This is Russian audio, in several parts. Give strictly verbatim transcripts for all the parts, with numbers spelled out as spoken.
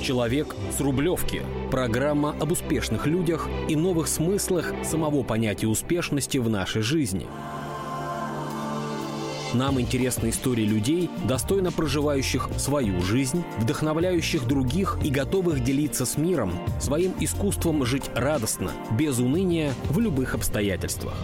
«Человек с Рублевки» – программа об успешных людях и новых смыслах самого понятия успешности в нашей жизни. Нам интересны истории людей, достойно проживающих свою жизнь, вдохновляющих других и готовых делиться с миром своим искусством жить радостно, без уныния, в любых обстоятельствах.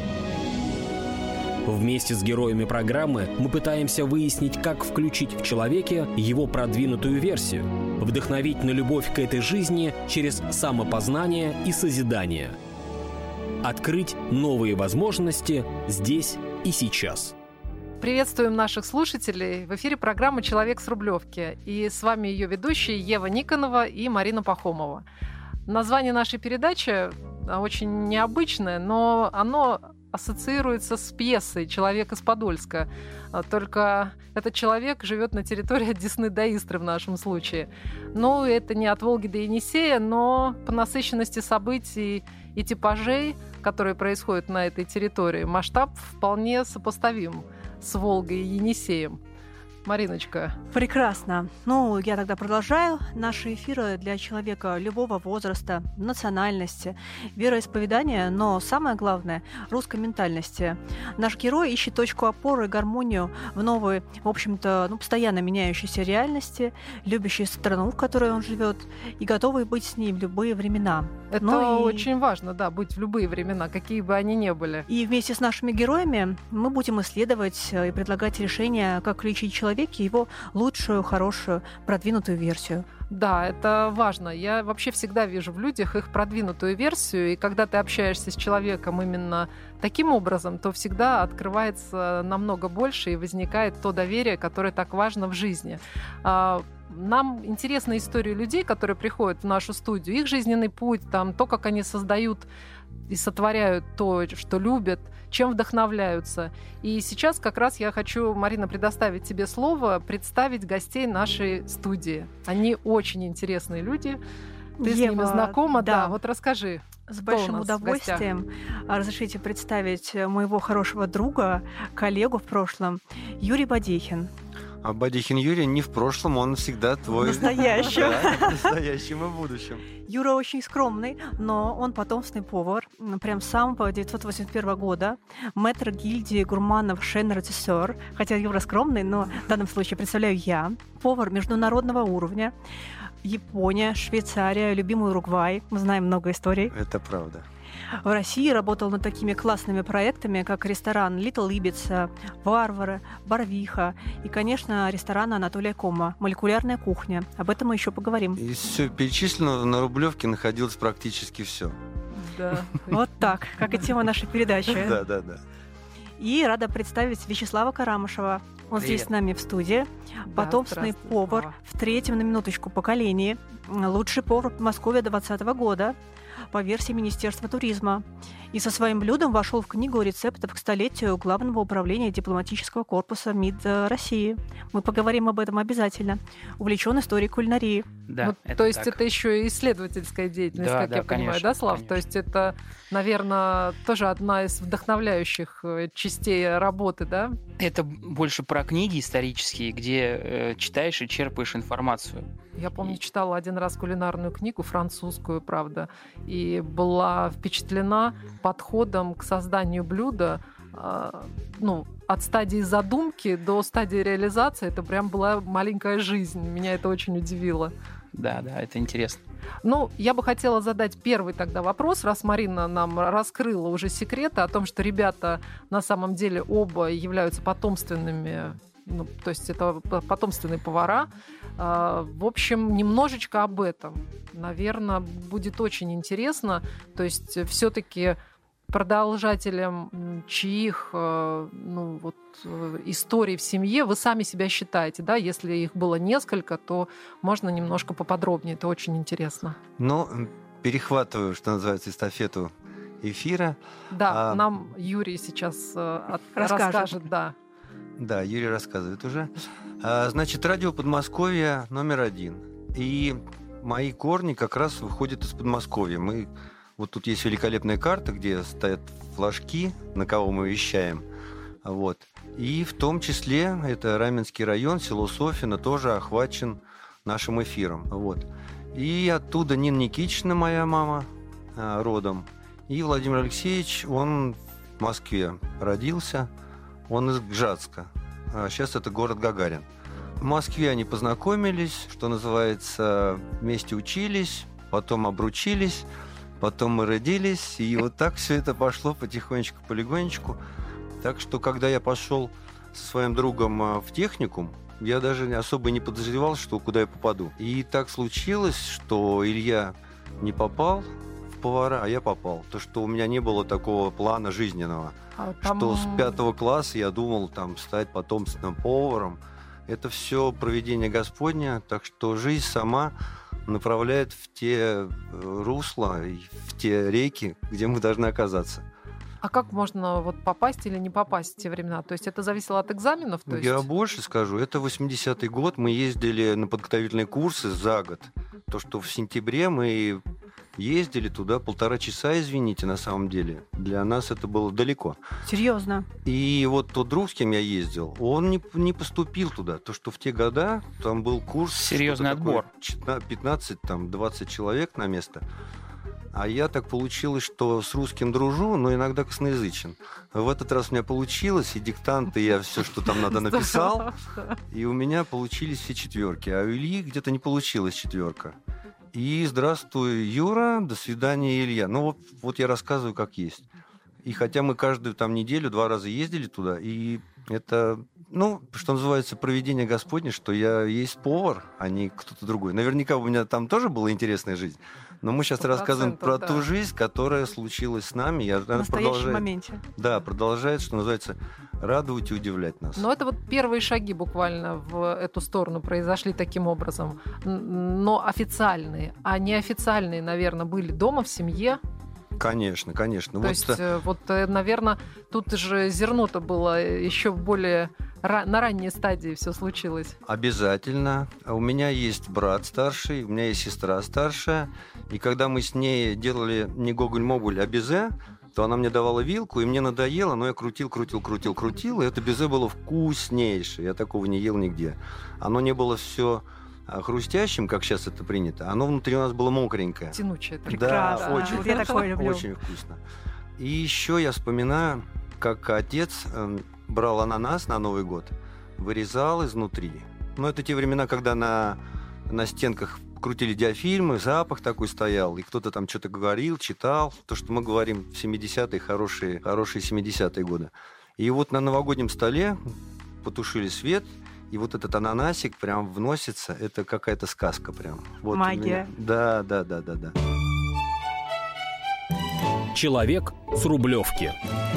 Вместе с героями программы мы пытаемся выяснить, как включить в человеке его продвинутую версию, вдохновить на любовь к этой жизни через самопознание и созидание. Открыть новые возможности здесь и сейчас. Приветствуем наших слушателей. В эфире программа «Человек с Рублевки». И с вами ее ведущие Ева Никонова и Марина Пахомова. Название нашей передачи очень необычное, но оно ассоциируется с пьесой «Человек из Подольска». Только этот человек живет на территории от Десны до Истры в нашем случае. Ну, это не от Волги до Енисея, но по насыщенности событий и типажей, которые происходят на этой территории, масштаб вполне сопоставим с Волгой и Енисеем. Мариночка. Прекрасно. Ну, я тогда продолжаю. Наши эфиры для человека любого возраста, национальности, вероисповедания, но самое главное – русской ментальности. Наш герой ищет точку опоры и гармонию в новой, в общем-то, ну, постоянно меняющейся реальности, любящей страну, в которой он живет, и готовый быть с ней в любые времена. Это ну, и... очень важно, да, быть в любые времена, какие бы они ни были. И вместе с нашими героями мы будем исследовать и предлагать решения, как лечить человека, его лучшую, хорошую, продвинутую версию. Да, это важно. Я вообще всегда вижу в людях их продвинутую версию, и когда ты общаешься с человеком именно таким образом, то всегда открывается намного больше и возникает то доверие, которое так важно в жизни. Нам интересна история людей, которые приходят в нашу студию, их жизненный путь, там, то, как они создают и сотворяют то, что любят, чем вдохновляются. И сейчас как раз я хочу, Марина, предоставить тебе слово, представить гостей нашей студии. Они очень интересные люди. Ты Ева, с ними знакома? Да. Да, вот расскажи. С большим удовольствием. Разрешите представить моего хорошего друга, коллегу в прошлом, Юрий Бодехин. А Бодехин Юрий не в прошлом, он всегда твой... Настоящий. Да, настоящим и в будущем. Юра очень скромный, но он потомственный повар. Прям с самого девятьсот восемьдесят первого года. Мэтр гильдии гурманов Шен-Ратисер. Хотя Юра скромный, но в данном случае представляю я. Повар международного уровня. Япония, Швейцария, любимый Уругвай. Мы знаем много историй. Это правда. В России работал над такими классными проектами, как ресторан «Литл Ибица», «Варвары», «Барвиха» и, конечно, ресторан Анатолия Кома «Молекулярная кухня». Об этом мы еще поговорим. Из всего перечисленного на Рублевке находилось практически все. Да. Вот так, как и тема нашей передачи. Да, да, да. И рада представить Вячеслава Карамышева. Он здесь с нами в студии. Потомственный повар в третьем, на минуточку, поколении. Лучший повар Подмосковья двадцатого года. По версии Министерства туризма. И со своим блюдом вошел в книгу рецептов к столетию Главного управления дипломатического корпуса МИД России. Мы поговорим об этом обязательно. Увлечен историей кулинарии. Да, ну, это то есть так. Это еще и исследовательская деятельность, да, как да, я конечно, понимаю, да, Слав? конечно. То есть это, наверное, тоже одна из вдохновляющих частей работы, да? Это больше про книги исторические, где э, читаешь и черпаешь информацию. Я помню, читала один раз кулинарную книгу, французскую, правда, и была впечатлена подходом к созданию блюда, э, ну, от стадии задумки до стадии реализации. Это прям была маленькая жизнь. Меня это очень удивило. Да, да, это интересно. Ну, я бы хотела задать первый тогда вопрос, раз Марина нам раскрыла уже секреты о том, что ребята на самом деле оба являются потомственными, ну, то есть это потомственные повара. В общем, немножечко об этом, наверное, будет очень интересно. То есть все-таки продолжателем чьих, ну, вот, историй в семье вы сами себя считаете, да? Если их было несколько, то можно немножко поподробнее, это очень интересно. Ну, перехватываю, что называется, эстафету эфира. Да, а... нам Юрий сейчас от... расскажет. расскажет, да. Да, Юрий рассказывает уже. А, значит, радио Подмосковья номер один. И мои корни как раз выходят из Подмосковья. Мы... Вот тут есть великолепная карта, где стоят флажки, на кого мы вещаем. Вот. И в том числе это Раменский район, село Софино, тоже охвачен нашим эфиром. Вот. И оттуда Нина Никитична, моя мама, родом. И Владимир Алексеевич, он в Москве родился, он из Гжатска. А сейчас это город Гагарин. В Москве они познакомились, что называется, вместе учились, потом обручились, потом мы родились, и вот так все это пошло потихонечку, полигонечку. Так что, когда я пошел со своим другом в техникум, я даже особо не подозревал, что куда я попаду. И так случилось, что Илья не попал в повара, а я попал. То, что у меня не было такого плана жизненного. А там... Что с пятого класса я думал там стать потомственным поваром. Это все провидение Господня, так что жизнь сама направляет в те русла, в те реки, где мы должны оказаться. А как можно вот попасть или не попасть в те времена? То есть это зависело от экзаменов? То есть... Я больше скажу. Это восьмидесятый год. Мы ездили на подготовительные курсы за год. То, что в сентябре мы ездили туда полтора часа, извините, на самом деле. Для нас это было далеко. Серьезно? И вот тот друг, с кем я ездил, он не, не поступил туда. То, что в те года там был курс... Серьезный отбор. пятнадцать-двадцать человек на место. А я так получилось, что с русским дружу, но иногда косноязычен. В этот раз у меня получилось, и диктанты я все, что там надо, написал. И у меня получились все четверки. А у Ильи где-то не получилась четверка. И здравствуй, Юра, до свидания, Илья. Ну вот, вот я рассказываю, как есть. И хотя мы каждую там неделю два раза ездили туда, и это, ну, что называется, провидение Господне, что я есть повар, а не кто-то другой. Наверняка у меня там тоже была интересная жизнь. Но мы сейчас рассказываем про да. ту жизнь, которая случилась с нами. И в настоящем моменте. Да, продолжает, что называется, радовать и удивлять нас. Но это вот первые шаги буквально в эту сторону произошли таким образом. Но официальные, а неофициальные, наверное, были дома, в семье. Конечно, конечно. То вот есть, это... вот, наверное, тут же зерно-то было еще более... На ранней стадии все случилось. Обязательно. У меня есть брат старший, у меня есть сестра старшая. И когда мы с ней делали не гоголь-моголь, а безе, то она мне давала вилку, и мне надоело, но я крутил, крутил, крутил, крутил, и это безе было вкуснейшее. Я такого не ел нигде. Оно не было все хрустящим, как сейчас это принято. Оно внутри у нас было мокренькое. Тянучее. Прекрасно. Да, очень, я такое люблю. Очень вкусно. И еще я вспоминаю, как отец брал ананас на Новый год, вырезал изнутри. Но это те времена, когда на, на стенках крутили диафильмы, запах такой стоял, и кто-то там что-то говорил, читал. То, что мы говорим в семидесятые, хорошие, хорошие семидесятые годы. И вот на новогоднем столе потушили свет, и вот этот ананасик прям вносится. Это какая-то сказка прям. Вот магия. Да, да, да, да, да. Человек с Рублевки.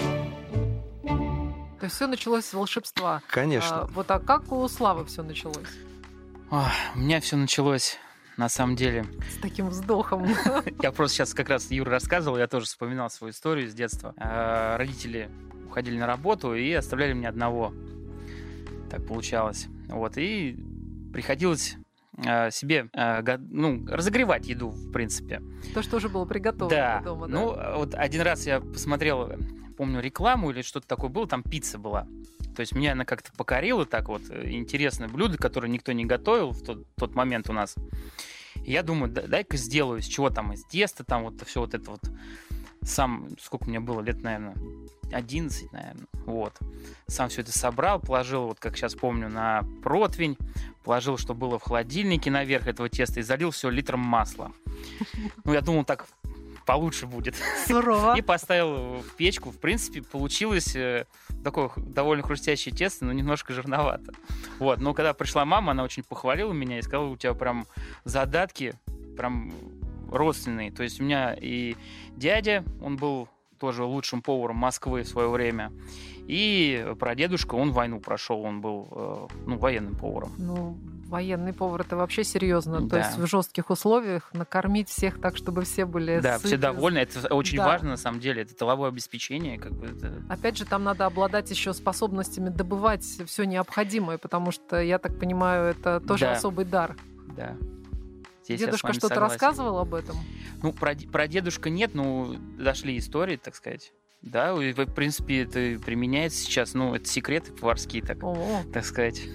То есть все началось с волшебства. Конечно. А, вот а как у Славы все началось? Ох, у меня все началось, на самом деле. С таким вздохом. Я просто сейчас как раз Юра рассказывал, я тоже вспоминал свою историю с детства. Родители уходили на работу и оставляли меня одного. Так получалось. Вот. И приходилось себе ну, разогревать еду, в принципе. То, что уже было приготовлено да. дома. Да. Ну, вот один раз я посмотрел, помню, рекламу или что-то такое было, там пицца была. То есть меня она как-то покорила, так вот, интересное блюдо, которое никто не готовил в тот, тот момент у нас. И я думаю, дай-ка сделаю, из чего там, из теста, там вот все вот это вот. Сам, сколько мне было, лет, наверное, одиннадцать, наверное, вот. Сам все это собрал, положил, вот как сейчас помню, на противень, положил, что было в холодильнике наверх этого теста и залил все литром масла. Ну, я думал, так получше будет. Сурово. И поставил в печку. В принципе, получилось такое довольно хрустящее тесто, но немножко жирновато. Вот. Но когда пришла мама, она очень похвалила меня и сказала, у тебя прям задатки прям родственные. То есть у меня и дядя, он был тоже лучшим поваром Москвы в свое время. И прадедушка, он войну прошел, он был э, ну, военным поваром. Ну, военный повар — это вообще серьезно. Да. То есть в жестких условиях накормить всех так, чтобы все были Да, сыты. все довольны. Это очень да. важно, на самом деле. Это тыловое обеспечение. Как бы это... Опять же, там надо обладать еще способностями добывать все необходимое, потому что, я так понимаю, это тоже да. особый дар. Да. Здесь Дедушка что-то согласен. рассказывал об этом? Ну, про, про дедушка нет, но дошли истории, так сказать. Да, и, в принципе, это применяется сейчас. Ну, это секреты поварские, так, О-о. так сказать.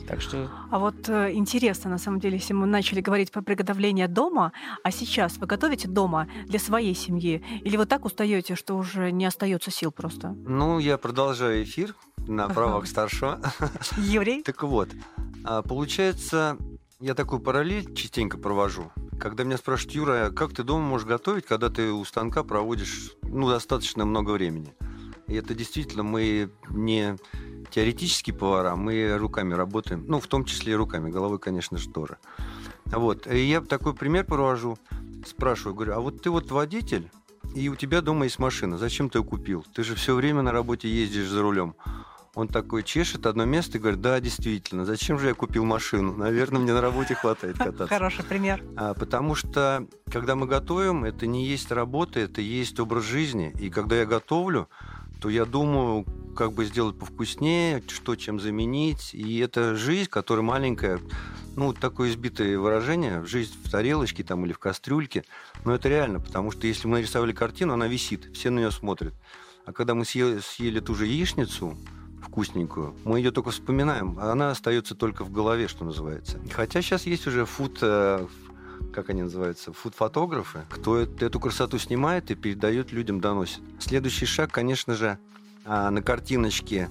Так что... А вот э, интересно, на самом деле, если мы начали говорить про приготовление дома, а сейчас вы готовите дома для своей семьи? Или вы так устаете, что уже не остается сил просто? Ну, я продолжаю эфир на правах старшего. Юрий? Так вот, получается, я такую параллель частенько провожу. Когда меня спрашивают: Юра, как ты дома можешь готовить, когда ты у станка проводишь ну, достаточно много времени? И это действительно мы не теоретические повара, мы руками работаем. Ну, в том числе и руками, головой, конечно же, тоже. Вот. И я такой пример провожу. Спрашиваю, говорю, а вот ты вот водитель, и у тебя дома есть машина. Зачем ты ее купил? Ты же все время на работе ездишь за рулем. Он такой чешет одно место и говорит: да, действительно, зачем же я купил машину? Наверное, мне на работе хватает кататься. Хороший пример. А, потому что, когда мы готовим, это не есть работа, это есть образ жизни. И когда я готовлю, то я думаю, как бы сделать повкуснее, что чем заменить. И это жизнь, которая маленькая, ну, такое избитое выражение, жизнь в тарелочке там, или в кастрюльке. Но это реально, потому что если мы нарисовали картину, она висит, все на нее смотрят. А когда мы съели, съели ту же яичницу, вкусненькую, мы ее только вспоминаем, а она остается только в голове, что называется. Хотя сейчас есть уже фуд, как они называются, фуд-фотографы, кто эту красоту снимает и передает людям, доносит. Следующий шаг, конечно же, на картиночке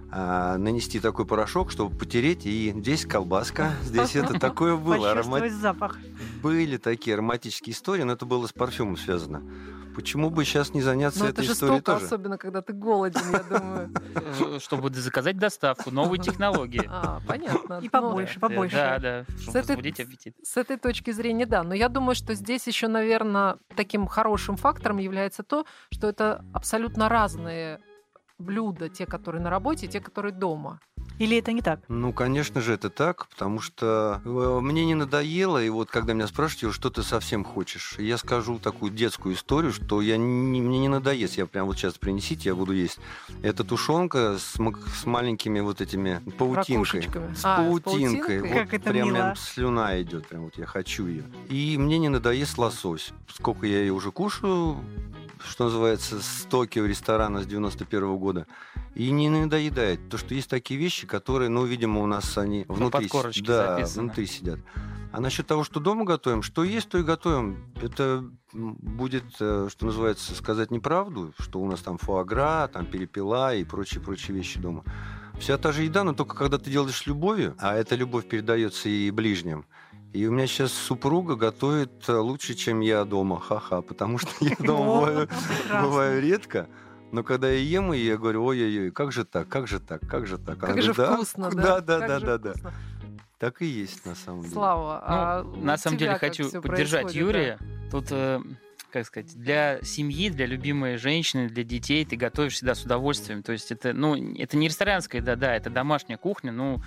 нанести такой порошок, чтобы потереть, и здесь колбаска, здесь это такое было. Почувствовать запах. Были такие ароматические истории, но это было с парфюмом связано. Почему бы сейчас не заняться но этой это историей жестоко, тоже? Особенно, когда ты голоден, я думаю. Чтобы заказать доставку, новые технологии. А, понятно. И побольше, побольше. Да, да, С чтобы этой- возбудить аппетит. С этой точки зрения, да. Но я думаю, что здесь еще, наверное, таким хорошим фактором является то, что это абсолютно разные блюда, те, которые на работе, и те, которые дома. Или это не так? Ну, конечно же, это так, потому что э, мне не надоело, и вот когда меня спрашивают, что ты совсем хочешь, я скажу такую детскую историю, что я не, мне не надоест, я прям вот сейчас принесите, я буду есть. Это тушенка с, м- с маленькими вот этими паутинкой. Ракушечками. С А, с паутинкой. паутинкой? Вот Как это прям, мило. прям слюна идет, прям вот я хочу ее. И мне не надоест лосось. Сколько я ее уже кушаю, что называется, с Токио ресторана с девяносто первого года. И не надоедает. То, что есть такие вещи, которые, ну, видимо, у нас они внутри, подкорочке да, записано. внутри сидят. А насчет того, что дома готовим, что есть, то и готовим. Это будет, э, что называется, сказать неправду, что у нас там фуагра, там перепела и прочие-прочие вещи дома. Вся та же еда, но только когда ты делаешь с любовью, а эта любовь передается и ближним. И у меня сейчас супруга готовит лучше, чем я дома. Ха-ха, потому что я дома бываю, бываю редко. Но когда я ем ее, я говорю: ой-ой-ой, как же так, как же так, как же так? Она Как же говорит: да, вкусно, да? да? Да, Как да, же да, да. вкусно. Так и есть на самом деле. Слава, а Ну, у на самом тебя деле как хочу всё поддержать происходит, Юрия. Тут, э, как сказать, для семьи, для любимой женщины, для детей ты готовишь всегда с удовольствием. То есть это, ну, это не ресторанская еда, да, это домашняя кухня, ну,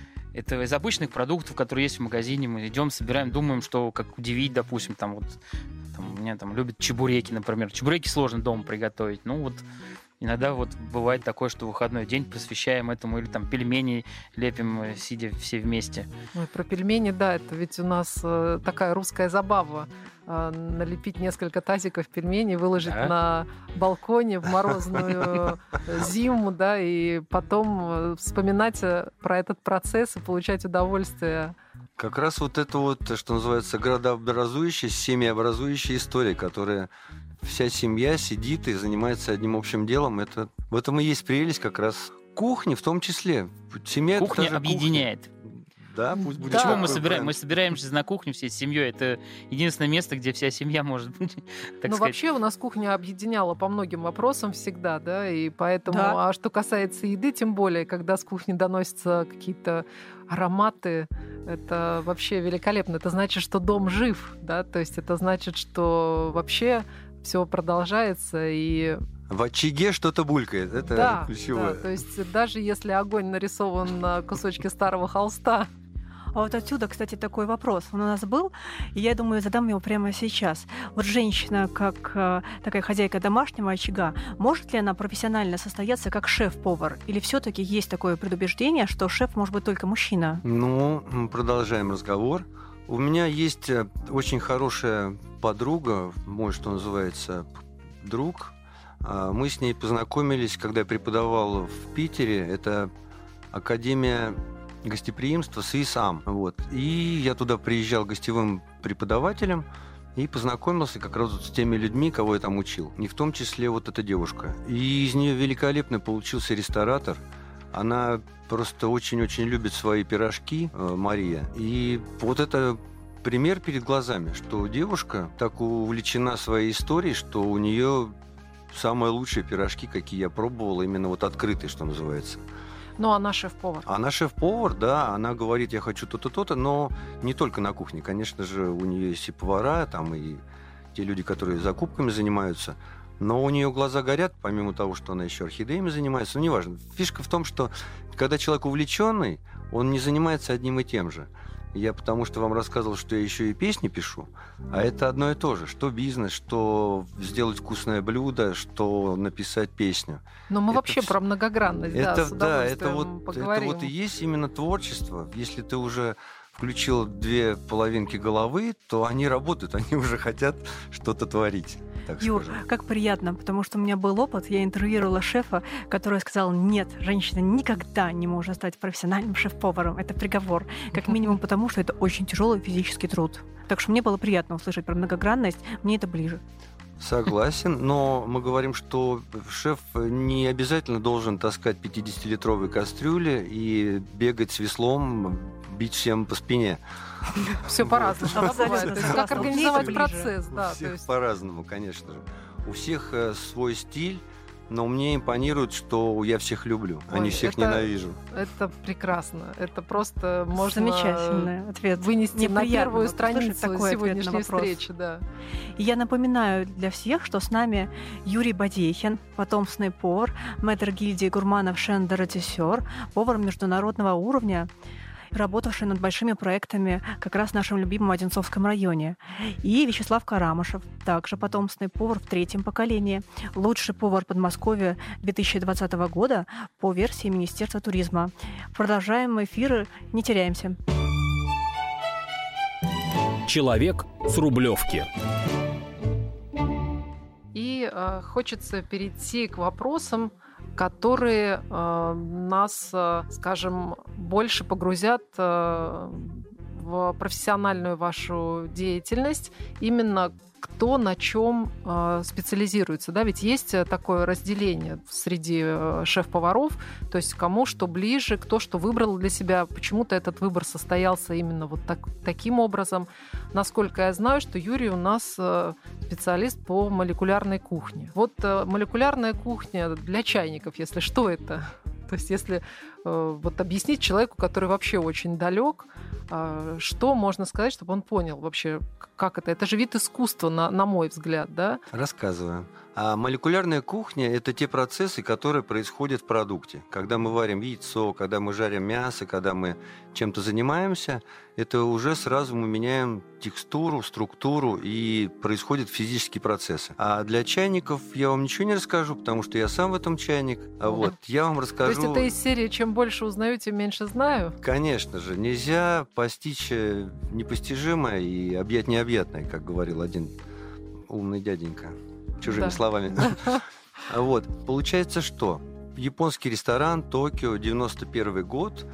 это из обычных продуктов, которые есть в магазине. Мы идем, собираем, думаем, что как удивить, допустим, там вот, там, у меня там любят чебуреки, например. Чебуреки сложно дома приготовить. Ну вот иногда вот бывает такое, что выходной день посвящаем этому, или там пельмени лепим, сидя все вместе. Ой, про пельмени, да, это ведь у нас э, такая русская забава. Э, налепить несколько тазиков пельменей, выложить Да. на балконе в морозную зиму, да, и потом э, вспоминать э, про этот процесс и получать удовольствие. Как раз вот это вот, что называется, градообразующая, семьеобразующая история, которая вся семья сидит и занимается одним общим делом. Это, в этом и есть прелесть как раз кухни в том числе. Семья — это Кухня тоже объединяет. кухня. Да, пусть будет. Почему Да. мы такой собираем? Мы бренд. собираемся на кухню всей семьей. Это единственное место, где вся семья может, так Ну, сказать. вообще у нас кухня объединяла по многим вопросам всегда, да, и поэтому, Да. а что касается еды, тем более, когда с кухни доносятся какие-то ароматы, это вообще великолепно. Это значит, что дом жив, да, то есть это значит, что вообще все продолжается и В очаге что-то булькает. Это да, ключевое. да, то есть даже если огонь нарисован на кусочке старого холста. А вот отсюда, кстати, такой вопрос. Он у нас был, и я думаю, задам его прямо сейчас. Вот женщина, как э, такая хозяйка домашнего очага, может ли она профессионально состояться как шеф-повар? Или все-таки есть такое предубеждение, что шеф может быть только мужчина? Ну, м, продолжаем разговор. У меня есть э, очень хорошая подруга, мой, что называется, друг. А, Мы с ней познакомились, когда я преподавал в Питере. Это Академия гостеприимство СИСАМ. Вот. И я туда приезжал гостевым преподавателем и познакомился как раз вот с теми людьми, кого я там учил. И в том числе вот эта девушка. И из нее великолепно получился ресторатор. Она просто очень-очень любит свои пирожки, Мария. И вот это пример перед глазами, что девушка так увлечена своей историей, что у нее самые лучшие пирожки, какие я пробовал, именно вот открытые, что называется. Ну, она шеф-повар. Она шеф-повар, да, она говорит, я хочу то-то, то-то, но не только на кухне. Конечно же, у нее есть и повара, там, и те люди, которые закупками занимаются. Но у нее глаза горят, помимо того, что она еще орхидеями занимается. Ну, неважно. Фишка в том, что когда человек увлеченный, он не занимается одним и тем же. Я потому что вам рассказывал, что я еще и песни пишу, а это одно и то же. Что бизнес, что сделать вкусное блюдо, что написать песню. Но мы это вообще вс... про многогранность, это, да, с да, это удовольствием вот, поговорим. это вот и есть именно творчество. Если ты уже включил две половинки головы, то они работают, они уже хотят что-то творить. Так Юр, скажем. как приятно, потому что у меня был опыт, я интервьюировала шефа, который сказал, нет, женщина никогда не может стать профессиональным шеф-поваром, это приговор, как минимум потому, что это очень тяжелый физический труд. Так что мне было приятно услышать про многогранность, мне это ближе. Согласен, но мы говорим, что шеф не обязательно должен таскать пятидесятилитровые кастрюли и бегать с веслом, бить всем по спине. Все по-разному. Абсолютно. Как организовать Ближе. процесс, У да. всех по-разному, конечно же. У всех э, свой стиль, но мне импонирует, что я всех люблю, а не Ой, всех это- ненавижу. Это прекрасно. Это просто можно Замечательный ответ. вынести Мне на приятно первую вот услышать страницу такой ответ на сегодняшней вопрос. встречи. Да. И я напоминаю для всех, что с нами Юрий Бодейхин, потомственный повар, мэтр гильдии гурманов шеф-режиссер, повар международного уровня, работавший над большими проектами как раз в нашем любимом Одинцовском районе. И Вячеслав Карамышев, также потомственный повар в третьем поколении, лучший повар Подмосковья две тысячи двадцатого года по версии Министерства туризма. Продолжаем эфиры, не теряемся. Человек с Рублевки. И э, хочется перейти к вопросам, которые э, нас, э, скажем, больше погрузят э, в профессиональную вашу деятельность, именно кто на чем э, специализируется. Да? Ведь есть такое разделение среди э, шеф-поваров, то есть кому что ближе, кто что выбрал для себя. Почему-то этот выбор состоялся именно вот так, таким образом. Насколько я знаю, что Юрий у нас э, специалист по молекулярной кухне. Вот э, молекулярная кухня для чайников, если что это? То есть если э, вот объяснить человеку, который вообще очень далек, э, что можно сказать, чтобы он понял вообще, как это? Это же вид искусства, на, на мой взгляд, да? Рассказываю. А молекулярная кухня – это те процессы, которые происходят в продукте. Когда мы варим яйцо, когда мы жарим мясо, когда мы чем-то занимаемся, это уже сразу мы меняем текстуру, структуру, и происходят физические процессы. А для чайников я вам ничего не расскажу, потому что я сам в этом чайник. А вот я вам расскажу... То есть это из серии «Чем больше узнаю, тем меньше знаю»? Конечно же, нельзя постичь непостижимое и объять необъятное, как говорил один умный дяденька. Чужими Да. словами. Вот. Получается, что японский ресторан Токио, девяносто первый год,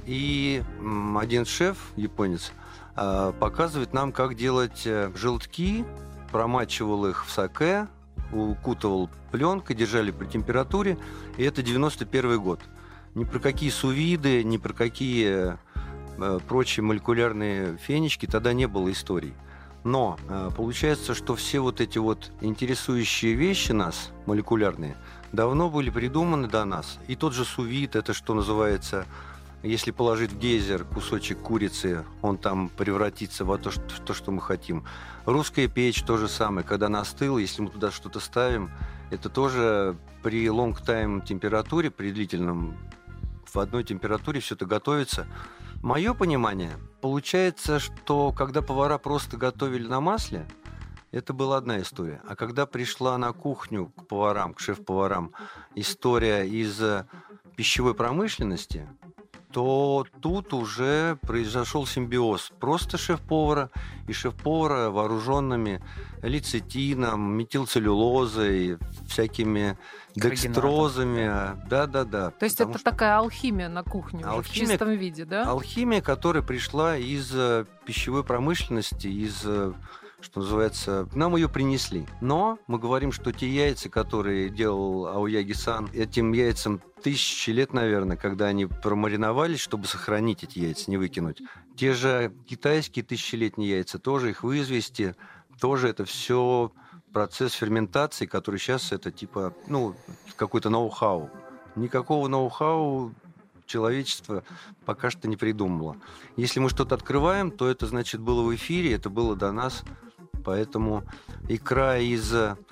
и м, один шеф, японец, а, показывает нам, как делать э, желтки, промачивал их в саке, укутывал пленкой, держали при температуре, и это девяносто первый год. Ни про какие сувиды, ни про какие э, прочие молекулярные фенечки тогда не было историй. Но э, получается, что все вот эти вот интересующие вещи нас, молекулярные, давно были придуманы до нас. И тот же сувид, это что называется, если положить в гейзер кусочек курицы, он там превратится в то, что, то, что мы хотим. Русская печь то же самое, когда она остыла, если мы туда что-то ставим, это тоже при long-time температуре, при длительном в одной температуре все это готовится. Мое понимание, получается, что когда повара просто готовили на масле, это была одна история. А когда пришла на кухню к поварам, к шеф-поварам, история из пищевой промышленности, то тут уже произошел симбиоз просто шеф-повара и шеф-повара, вооруженными лецитином, метилцеллюлозой, всякими декстрозами. Да-да-да. То есть это что... такая алхимия на кухне алхимия, уже в чистом виде, да? Алхимия, которая пришла из пищевой промышленности, из... что называется, нам ее принесли. Но мы говорим, что те яйца, которые делал Аояги-сан, этим яйцам тысячи лет, наверное, когда они промариновались, чтобы сохранить эти яйца, не выкинуть. Те же китайские тысячелетние яйца, тоже их в извести, тоже это все процесс ферментации, который сейчас это типа, ну, какой-то ноу-хау. Никакого ноу-хау человечество пока что не придумало. Если мы что-то открываем, то это, значит, было в эфире, это было до нас. Поэтому икра из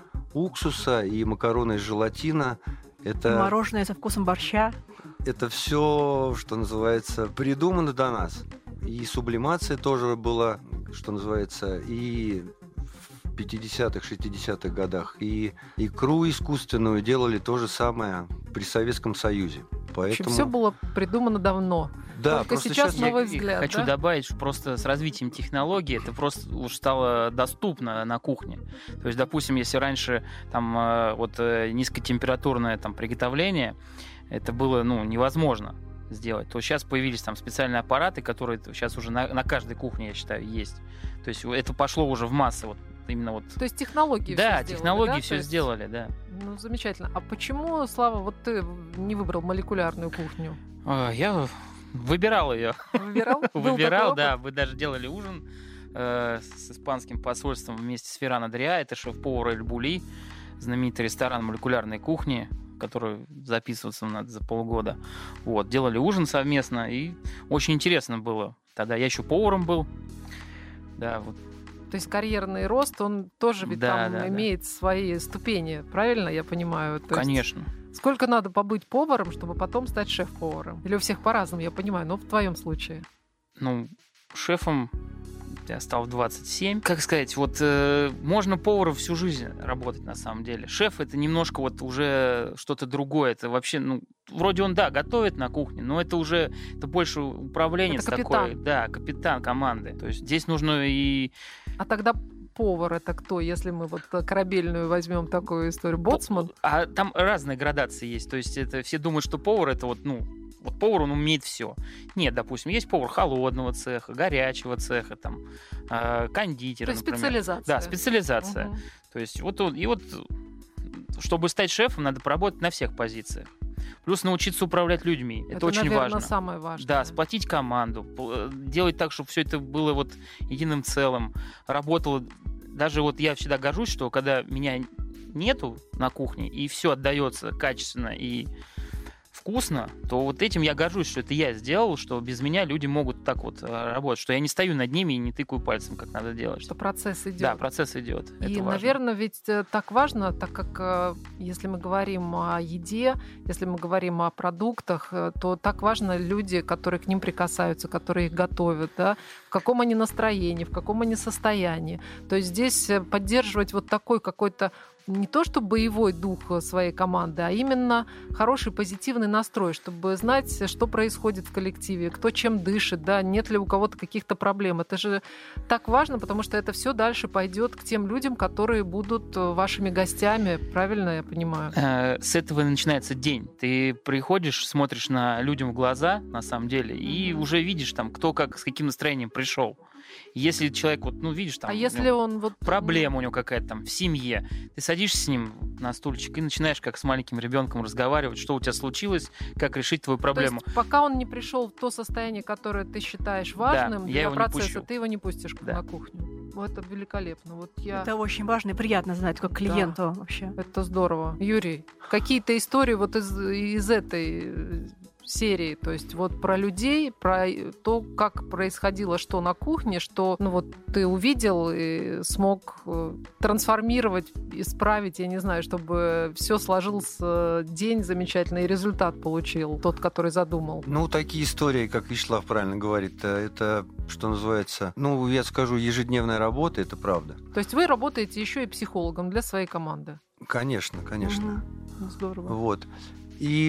уксуса и макароны из желатина – это... Мороженое со вкусом борща. Это все, что называется, придумано до нас. И сублимация тоже была, что называется, и в пятидесятых, шестидесятых годах. И икру искусственную делали то же самое при Советском Союзе. Поэтому... все было придумано давно. Да, только сейчас, сейчас новый взгляд. Хочу да? добавить, что просто с развитием технологий это просто уж стало доступно на кухне. То есть, допустим, если раньше там вот низкотемпературное там приготовление, это было ну, невозможно сделать, то сейчас появились там специальные аппараты, которые сейчас уже на, на каждой кухне, я считаю, есть. То есть это пошло уже в массы. Вот, именно вот... То есть технологии да, все технологии сделали, да? все есть... сделали, да. Ну, замечательно. А почему, Слава, вот ты не выбрал молекулярную кухню? Я выбирал ее. Выбирал? Выбирал, да. Мы даже делали ужин э, с испанским посольством вместе с Ферран Адриа. Это шеф-повар Эль Були, знаменитый ресторан молекулярной кухни, который записываться надо за полгода. Вот, делали ужин совместно, и очень интересно было. Тогда я еще поваром был. Да, вот. То есть карьерный рост, он тоже ведь да, там да, имеет да. свои ступени, правильно я понимаю? То Конечно. Есть, сколько надо побыть поваром, чтобы потом стать шеф-поваром? Или у всех по-разному, я понимаю, но в твоем случае? Ну, шефом я стал в двадцать семь. Как сказать, вот э, можно поваром всю жизнь работать на самом деле. Шеф — это немножко вот уже что-то другое. Это вообще, ну, вроде он, да, готовит на кухне, но это уже, это больше управленец такой. Да, капитан команды. То есть здесь нужно и... А тогда повар — это кто, если мы вот корабельную возьмем такую историю? Боцман? А там разные градации есть. То есть это все думают, что повар — это вот, ну, вот повар, он умеет все. Нет, допустим, есть повар холодного цеха, горячего цеха, там, э, кондитера, То есть например. специализация. Да, специализация. Угу. То есть вот, и вот, чтобы стать шефом, надо поработать на всех позициях. Плюс научиться управлять людьми. Это, это очень наверное, важно. Самое важное. Да, сплотить команду, делать так, чтобы все это было вот единым целым, работало. Даже вот я всегда горжусь, что когда меня нету на кухне, и все отдается качественно и вкусно, то вот этим я горжусь, что это я сделал, что без меня люди могут так вот работать, что я не стою над ними и не тыкаю пальцем, как надо делать. Что процесс идет. Да, процесс идет. И, наверное, ведь так важно, так как если мы говорим о еде, если мы говорим о продуктах, то так важно люди, которые к ним прикасаются, которые их готовят, да, в каком они настроении, в каком они состоянии. То есть здесь поддерживать вот такой какой-то не то что боевой дух своей команды, а именно хороший позитивный настрой, чтобы знать, что происходит в коллективе, кто чем дышит, да, нет ли у кого-то каких-то проблем. Это же так важно, потому что это все дальше пойдет к тем людям, которые будут вашими гостями, правильно я понимаю? С этого начинается день. Ты приходишь, смотришь на людям в глаза, на самом деле, и mm-hmm. уже видишь там, кто как, с каким настроением пришел. Если человек, вот, ну, видишь, там, а если он вот... проблема у него какая-то там в семье, ты садишься с ним на стульчик и начинаешь как с маленьким ребенком разговаривать, что у тебя случилось, как решить твою проблему. То есть, пока он не пришел в то состояние, которое ты считаешь важным да, для процесса, ты его не пустишь да. на кухню. Это великолепно. Вот я... Это очень важно и приятно знать, как клиенту да. вообще. Это здорово. Юрий, какие-то истории вот из, из этой серии, то есть вот про людей, про то, как происходило что на кухне, что ну вот ты увидел и смог трансформировать, исправить, я не знаю, чтобы все сложился день замечательный и результат получил тот, который задумал. Ну, такие истории, как Вячеслав правильно говорит, это, что называется, ну, я скажу, ежедневная работа, это правда. То есть вы работаете еще и психологом для своей команды? Конечно, конечно. Угу. Здорово. Вот. И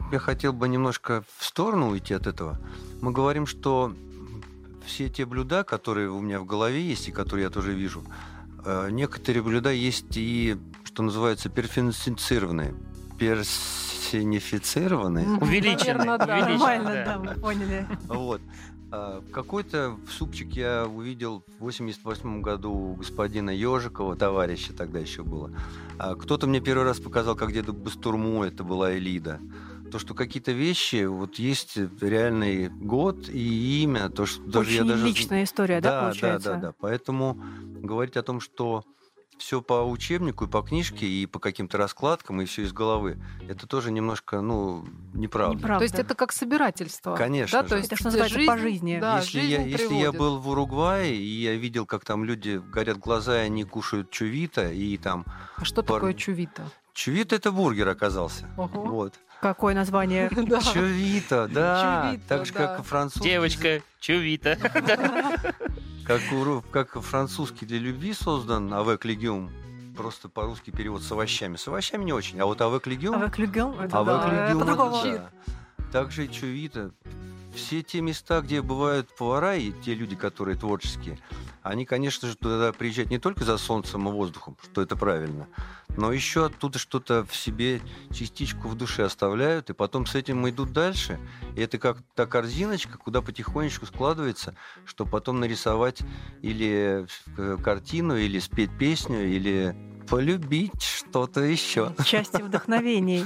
я хотел бы немножко в сторону уйти от этого. Мы говорим, что все те блюда, которые у меня в голове есть и которые я тоже вижу, некоторые блюда есть и, что называется, персонифицированные. Персонифицированные? Увеличенные. Нормально, да, мы поняли. Вот. Какой-то супчик я увидел в восемьдесят восьмом году у господина Ежикова, товарища тогда еще было. Кто-то мне первый раз показал, как деду Бастурму, это была Элида. То, что какие-то вещи, вот есть реальный год и имя. То, что даже Очень я даже... личная история, да, да, получается? Да, да, да. Поэтому говорить о том, что все по учебнику и по книжке, и по каким-то раскладкам, и все из головы, это тоже немножко, ну, неправда. Неправда. То есть это как собирательство. Конечно да? же. То есть это что называется жизнь, по жизни. Да, если, жизнь я, если я приводит. был в Уругвае, и я видел, как там люди горят глаза, и они кушают чувита, и там... А что пар... такое чувита? Чувита — это бургер оказался. Ого. Вот. Какое название? Да. Чувита, да. Чувита, Так же, да. как и французский. Девочка, чувита. Как, у, как французский для любви создан «Avec legume», просто по-русски перевод с овощами. С овощами не очень, а вот «Avec legume». Avec legume? Это «Avec да, legume», по-другому. да. Также и чувита. Все те места, где бывают повара и те люди, которые творческие, они, конечно же, туда приезжают не только за солнцем и воздухом, что это правильно, но еще оттуда что-то в себе, частичку в душе оставляют, и потом с этим идут дальше. И это как та корзиночка, куда потихонечку складывается, чтобы потом нарисовать или картину, или спеть песню, или полюбить что-то еще. Счастье вдохновений.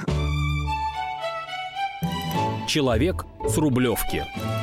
Человек с Рублевки.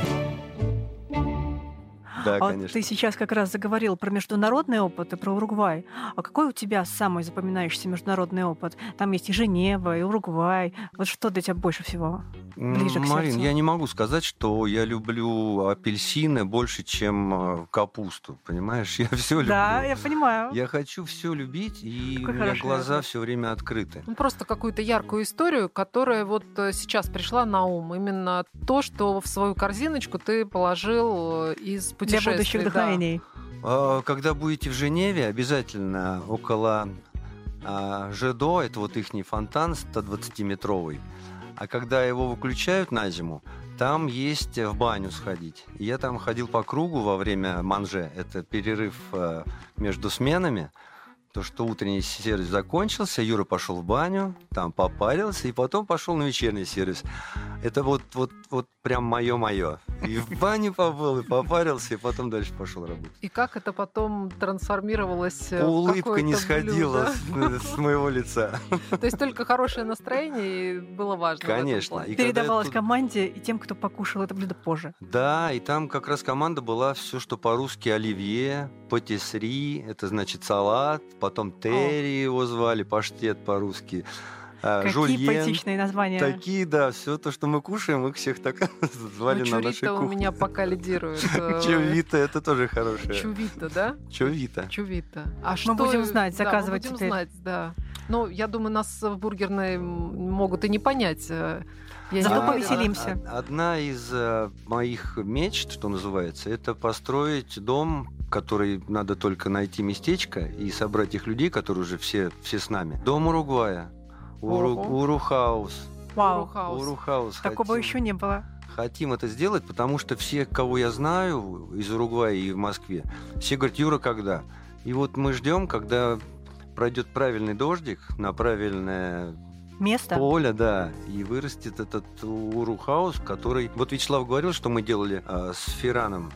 Да, А вот конечно. ты сейчас как раз заговорил про международный опыт и про Уругвай. А какой у тебя самый запоминающийся международный опыт? Там есть и Женева, и Уругвай. Вот что для тебя больше всего ближе к Марин, сердцу? я не могу сказать, что я люблю апельсины больше, чем э, капусту. Понимаешь? Я все люблю. Да, я понимаю. Я хочу все любить, и Какой у меня хороший глаза ответ. все время открыты. Ну, просто какую-то яркую историю, которая вот э, сейчас пришла на ум. Именно то, что в свою корзиночку ты положил э, из Для путешествий. будущих да. вдохновений. А, Когда будете в Женеве, обязательно около а, Жедо, это вот ихний фонтан сто двадцатиметровый, а когда его выключают на зиму, там есть в баню сходить. И я там ходил по кругу во время манже, это перерыв а, между сменами. То, что утренний сервис закончился, Юра пошел в баню, там попарился, и потом пошел на вечерний сервис. Это вот, вот, вот прям мое-мое. И в бане побыл, и попарился, и потом дальше пошел работать. И как это потом трансформировалось в Улыбка какое-то не сходила блюдо? с, с моего лица. То есть только хорошее настроение и было важно. в этом Конечно. плане. И когда я Передавалось тут- команде и тем, кто покушал это блюдо позже. Да, и там как раз команда была все, что по-русски оливье, патисри, это значит салат, потом терри его звали, паштет по-русски, а, Какие жульен. поэтичные названия. Такие, да, все то, что мы кушаем, их всех так звали Ну, на нашей чувита у кухне. меня пока лидирует. э, Чувита, это тоже хорошее. Чувита, да? Чувита. Чувита. А что... будем знать, да, мы заказывать будем теперь. знать, да. Ну, я думаю, нас в бургерной м, могут и не понять. э, Я Зато не А, уверена. повеселимся. а- Одна из э, моих мечт, что называется, это построить дом, который надо только найти местечко и собрать тех людей, которые уже все, все с нами. Дом Уругвая. Уру, Ого. Урухаус. Вау. Урухаус. Урухаус. Такого Хотим- еще не было. Хотим это сделать, потому что все, кого я знаю из Уругвая и в Москве, все говорят: Юра, когда? И вот мы ждем, когда пройдет правильный дождик на правильное Место. поле, да, и вырастет этот Урухаус, который... Вот Вячеслав говорил, что мы делали э, с Фераном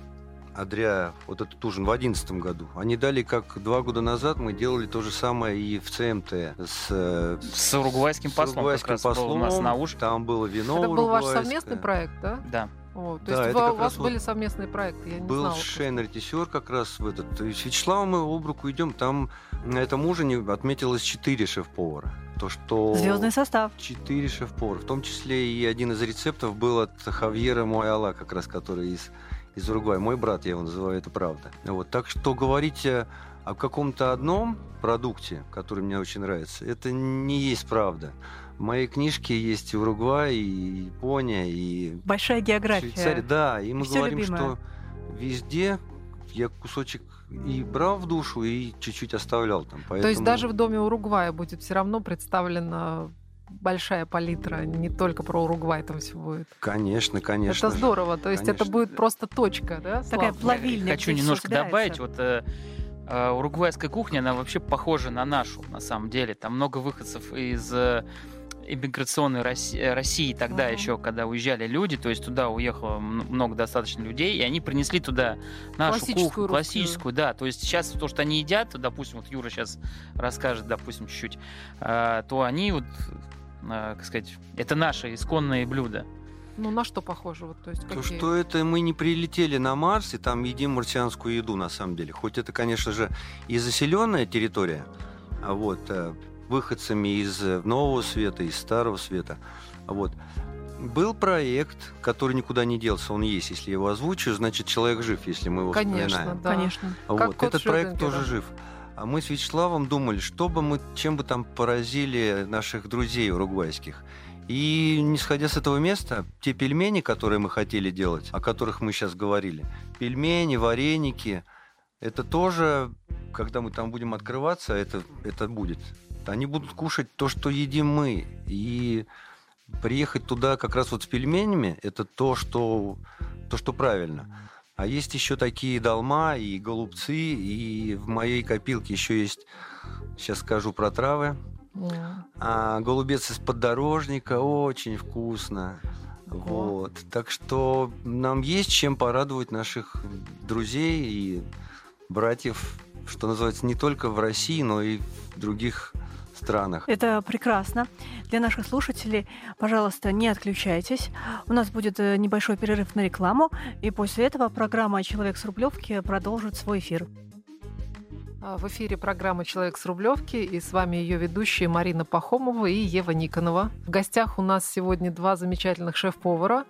Адря вот этот ужин в одиннадцатом году. Они дали, как два года назад мы делали то же самое и в ЦМТ с, э, С уругвайским с послом как уругвайским раз был у нас послом. на ужин. Там было вино Это был ваш уругвайское. совместный проект, да? Да. О, то Да, есть это вы- как у вас раз вот были совместные проекты, я не Был знала. шейн-режиссер как раз в этот. И с Вячеславом мы об руку идем. Там на этом ужине отметилось четыре шеф-повара. То, что... Звездный состав. Четыре шеф-повара. В том числе и один из рецептов был от Хавьера Муайала, как раз который из, из Уругвая. Мой брат, я его называю, это правда. Вот. Так что говорить о, о каком-то одном продукте, который мне очень нравится, это не есть правда. В моей книжке есть и Уругвай, и Япония, и Большая география. Швейцария. Да, и мы Всё говорим, любимое. что везде я кусочек и брал в душу, и чуть-чуть оставлял там. Поэтому... То есть даже в доме Уругвая будет все равно представлено большая палитра, не только про Уругвай там все будет. Конечно, конечно. Это здорово, то есть конечно. Это будет просто точка, да? Такая плавильня. Хочу немножко добавить, вот э, э, уругвайская кухня, она вообще похожа на нашу, на самом деле. Там много выходцев из э, иммиграционной России, России тогда uh-huh. еще, когда уезжали люди, то есть туда уехало много достаточно людей, и они принесли туда нашу классическую кухню, классическую, да. То есть сейчас то, что они едят, допустим, вот Юра сейчас расскажет, допустим, чуть-чуть, э, то они вот, э, как сказать, это наши исконные блюда. Ну, на что похоже? Вот, то есть, то, какие? что это мы не прилетели на Марс и там едим марсианскую еду, на самом деле. Хоть это, конечно же, и заселенная территория, а вот выходцами из Нового Света, из Старого Света. Вот. Был проект, который никуда не делся, он есть. Если я его озвучу, значит, человек жив, если мы его конечно, вспоминаем. Да. Конечно. Вот. Этот проект тоже жив. А мы с Вячеславом думали, что бы мы, чем бы там поразили наших друзей уругвайских. И, не сходя с этого места, те пельмени, которые мы хотели делать, о которых мы сейчас говорили, пельмени, вареники, это тоже, когда мы там будем открываться, это, это будет. Они будут кушать то, что едим мы. И приехать туда как раз вот с пельменями, это то, что, то, что правильно. А есть еще такие долма и голубцы, и в моей копилке еще есть, сейчас скажу про травы. Yeah. А, голубец из поддорожника, очень вкусно. Uh-huh. Вот. Так что нам есть чем порадовать наших друзей и братьев, что называется, не только в России, но и в других странах. Это прекрасно. Для наших слушателей, пожалуйста, не отключайтесь. У нас будет небольшой перерыв на рекламу, и после этого программа «Человек с Рублевки» продолжит свой эфир. В эфире программа «Человек с Рублевки», и с вами ее ведущие Марина Пахомова и Ева Никонова. В гостях у нас сегодня два замечательных шеф-повара.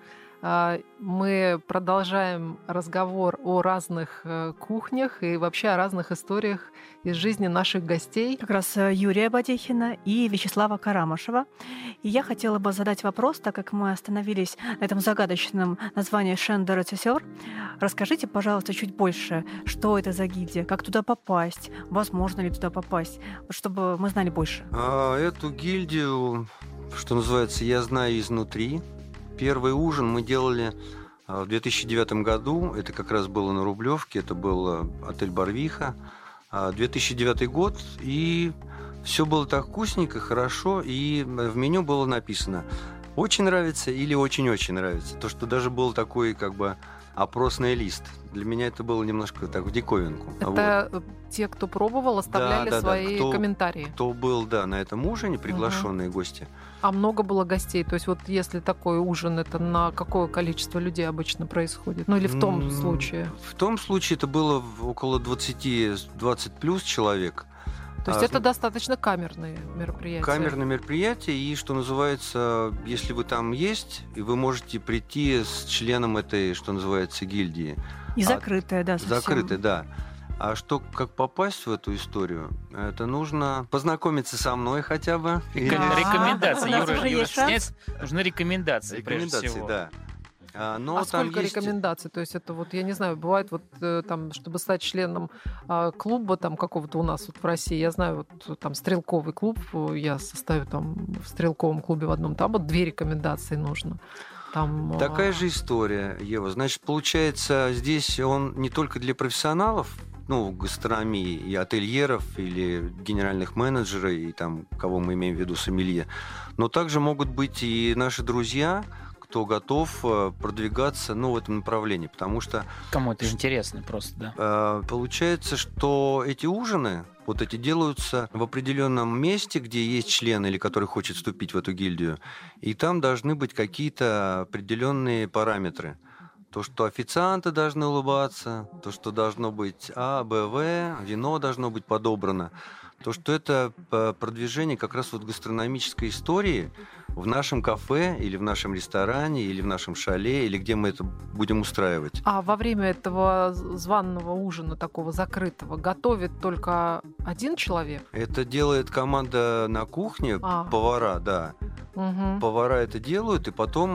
Мы продолжаем разговор о разных кухнях и вообще о разных историях из жизни наших гостей. Как раз Юрия Бодехина и Вячеслава Карамышева. И я хотела бы задать вопрос, так как мы остановились на этом загадочном названии «Шендер-Рецессер». Расскажите, пожалуйста, чуть больше, что это за гильдия, как туда попасть, возможно ли туда попасть, чтобы мы знали больше. А, эту гильдию, что называется, я знаю изнутри. Первый ужин мы делали в две тысячи девятом году. Это как раз было на Рублевке. Это был отель «Барвиха». две тысячи девятый год. И все было так вкусненько, хорошо. И в меню было написано «очень нравится» или «очень-очень нравится». То, что даже был такой как бы опросный лист. Для меня это было немножко так в диковинку. Это вот. Те, кто пробовал, оставляли да, да, свои да. Кто, комментарии. Кто был, да, на этом ужине, приглашенные угу. гости. А много было гостей? То есть вот если такой ужин, это на какое количество людей обычно происходит? Ну или в том mm, случае? В том случае это было около двадцать плюс человек. То есть а, это достаточно камерные мероприятия? Камерные мероприятия, и, что называется, если вы там есть, и вы можете прийти с членом этой, что называется, гильдии. И закрытая, а, да, совсем. Закрытая, да. А что, как попасть в эту историю? Это нужно познакомиться со мной хотя бы. Рекомендации. Юра, Юра снять, нужны рекомендации, рекомендации, прежде всего. Да. А, но а там сколько есть... рекомендаций? То есть это вот, я не знаю, бывает вот там, чтобы стать членом а, клуба там какого-то у нас вот в России, я знаю, вот там стрелковый клуб, я состою там в стрелковом клубе в одном, там вот две рекомендации нужно. Там... Такая же история, Ева. Значит, получается, здесь он не только для профессионалов, ну, гастрономии и ательеров, или генеральных менеджеров, и там, кого мы имеем в виду, сомелье, но также могут быть и наши друзья, кто готов продвигаться, ну, в этом направлении, потому что... Кому это интересно просто, да. Э, получается, что эти ужины, вот эти делаются в определенном месте, где есть член или который хочет вступить в эту гильдию, и там должны быть какие-то определенные параметры. То, что официанты должны улыбаться, то, что должно быть А, Б, В, вино должно быть подобрано. То, что это продвижение как раз вот гастрономической истории в нашем кафе или в нашем ресторане или в нашем шале, или где мы это будем устраивать. А во время этого званого ужина, такого закрытого, готовит только один человек? Это делает команда на кухне, а. повара, да. Угу. Повара это делают, и потом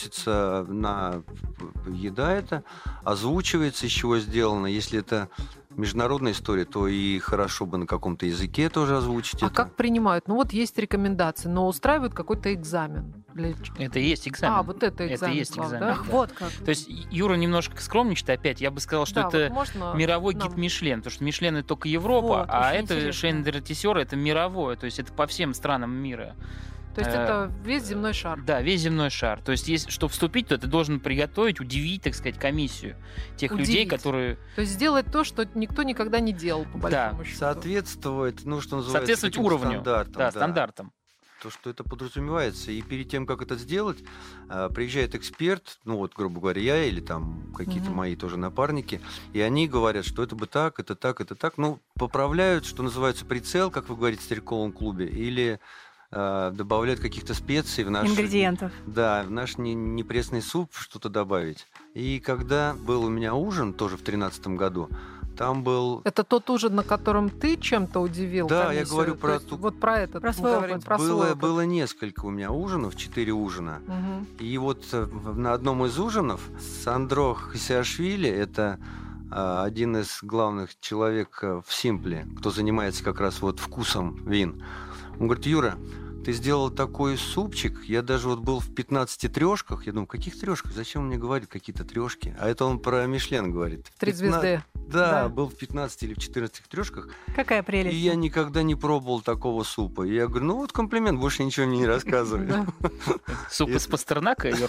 выносится на еда это, озвучивается, из чего сделано. Если это международная история, то и хорошо бы на каком-то языке тоже озвучить А это. как принимают? Ну вот есть рекомендации, но устраивают какой-то экзамен. Для... Это и есть экзамен. А, вот это экзамен. Это и есть Слав, экзамен. да? Ах, вот как. То есть Юра немножко скромничает опять. Я бы сказал, что Да, это вот можно мировой нам- гид Мишлен, потому что Мишлен это только Европа, Вот, а очень это интересно. Шейн-Дертисер это мировое, то есть это по всем странам мира. То есть Э, это весь земной шар. Да, весь земной шар. То есть, если, чтобы вступить, то ты должен приготовить, удивить, так сказать, комиссию тех людей, Удивить. которые... То есть сделать то, что никто никогда не делал, по Да. большому счету. Соответствует, ну, что называется, Соответствовать каким-то уровню. стандартам. Да, стандартам. То, что это подразумевается. И перед тем, как это сделать, а, приезжает эксперт, ну вот, грубо говоря, я или там какие-то Мгм. мои тоже напарники, и они говорят, что это бы так, это так, это так. Ну, поправляют, что называется, прицел, как вы говорите в стрелковом клубе, или а, добавляют каких-то специй в наш... Ингредиентов. Да, в наш не- непресный суп что-то добавить. И когда был у меня ужин, тоже в тринадцатом году, там был... Это тот ужин, на котором ты чем-то удивил Да, я комиссию? говорю То про есть ту- Вот про это Про мы свой говорим, опыт. про свой было, опыт. было несколько у меня ужинов, четыре ужина. Мгм. И вот э, в- на одном из ужинов Сандро Хасиашвили, это а, один из главных человек э, в Симпле, кто занимается как раз вот вкусом вин. Он говорит: Юра, ты сделал такой супчик, я даже вот был в пятнадцати трешках, я думаю, каких трешках, зачем он мне говорит какие-то трешки? А это он про Мишлен говорит. Три Пятна- звезды. Да, Да. был в пятнадцати или в четырнадцати трешках, Какая и прелесть. я никогда не пробовал такого супа. И я говорю, ну вот комплимент, больше ничего мне не рассказывай. Да. Суп из Это- Пастернака, Юр?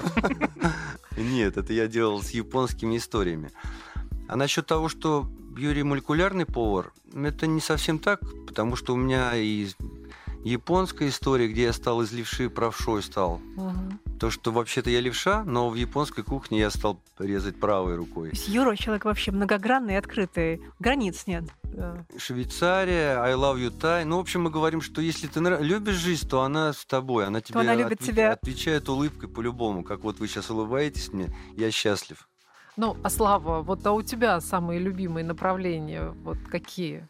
Нет, это я делал с японскими историями. А насчет того, что Юрий молекулярный повар, это не совсем так, потому что у меня и японская история, где я стал из левши правшой стал. Мгм. То, что вообще-то я левша, но в японской кухне я стал резать правой То рукой. есть Юра человек вообще многогранный и открытый. Границ нет. Да. Швейцария, I love you, Thai. Ну, в общем, мы говорим, что если ты нрав- любишь жизнь, то она с тобой. Она тебе она любит тебя. отвечает улыбкой по-любому. Как вот вы сейчас улыбаетесь мне, я счастлив. Ну, а Слава, вот а у тебя самые любимые направления, вот какие?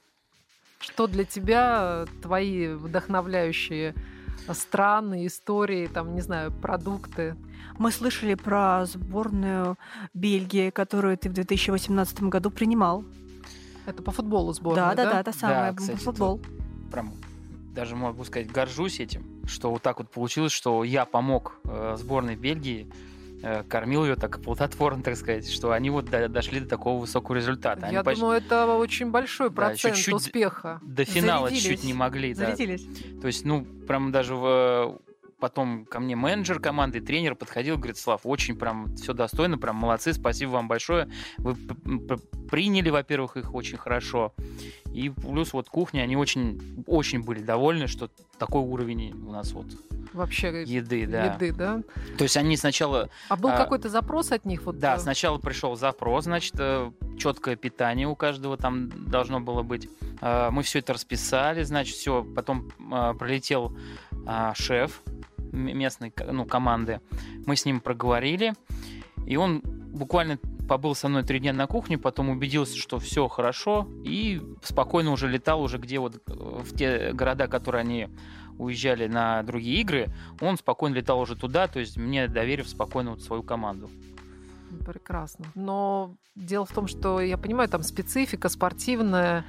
Что для тебя твои вдохновляющие страны, истории, там, не знаю, продукты? Мы слышали про сборную Бельгии, которую ты в две тысячи восемнадцатом году принимал. Это по футболу сборная, Да, да? да, да, та самая, кстати, футбол. Прям даже могу сказать, горжусь этим, что вот так вот получилось, что я помог э, сборной Бельгии, э, кормил ее так плодотворно, так сказать, что они вот до- дошли до такого высокого результата. Они Я почти думаю, это очень большой Да, процент чуть-чуть успеха. до финала зарядились. чуть не могли. Да. Зарядились. То есть, ну, прям даже в... потом ко мне менеджер команды, тренер подходил, говорит: Слав, очень прям все достойно, прям молодцы, спасибо вам большое. Вы п- п- приняли, во-первых, их очень хорошо. И плюс вот кухня, они очень, очень были довольны, что такой уровень у нас вот Вообще еды, да. еды, да? То есть они сначала, А был А, какой-то запрос от них? Вот, да, э, сначала пришел запрос, значит, четкое питание у каждого там должно было быть. Э, Мы все это расписали, значит, все. Потом э, прилетел э, шеф м- местной ко- ну, команды. Мы с ним проговорили, и он буквально побыл со мной три дня на кухне, потом убедился, что все хорошо, и спокойно уже летал уже где вот э, в те города, которые они уезжали на другие игры, он спокойно летал уже туда, то есть мне доверив спокойно вот свою команду. Прекрасно. Но дело в том, что я понимаю, там специфика спортивная,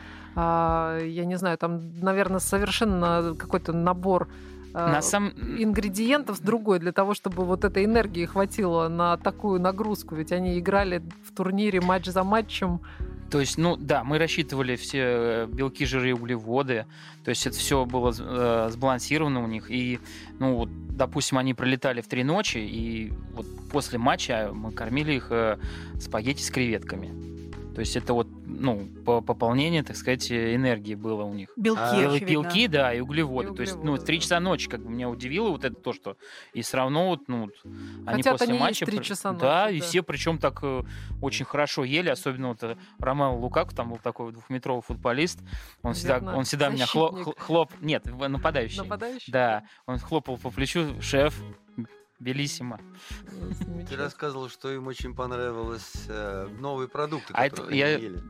а, я не знаю, там, наверное, совершенно какой-то набор а, На сам... ингредиентов другой для того, чтобы вот этой энергии хватило на такую нагрузку. Ведь они играли в турнире матч за матчем. То есть, ну да, мы рассчитывали все белки, жиры и углеводы, то есть это все было э, сбалансировано у них, и, ну вот, допустим, они пролетали в три ночи, и вот после матча мы кормили их э, спагетти с креветками. То есть это вот, ну, по пополнение, так сказать, энергии было у них. Белки, А, Белые очевидно. белки, да, и углеводы. И То есть, ну, углеводы, в три да. часа ночи, как бы меня удивило вот это то, что и все равно вот, ну, вот, они Хотят после они есть матча... три пр- часа Да, ночи, и да. все причем так э, очень хорошо ели, особенно вот э, Ромео Лукаку, там был такой двухметровый футболист, он всегда, Верно, он всегда меня хло- защитник. хл- хлоп... Нет, в- нападающий. Нападающий? Да, он хлопал по плечу: шеф, белиссимо. Ну, Ты замечательно. рассказывал, что им очень понравилось э, новые продукты, А которые это они я ели.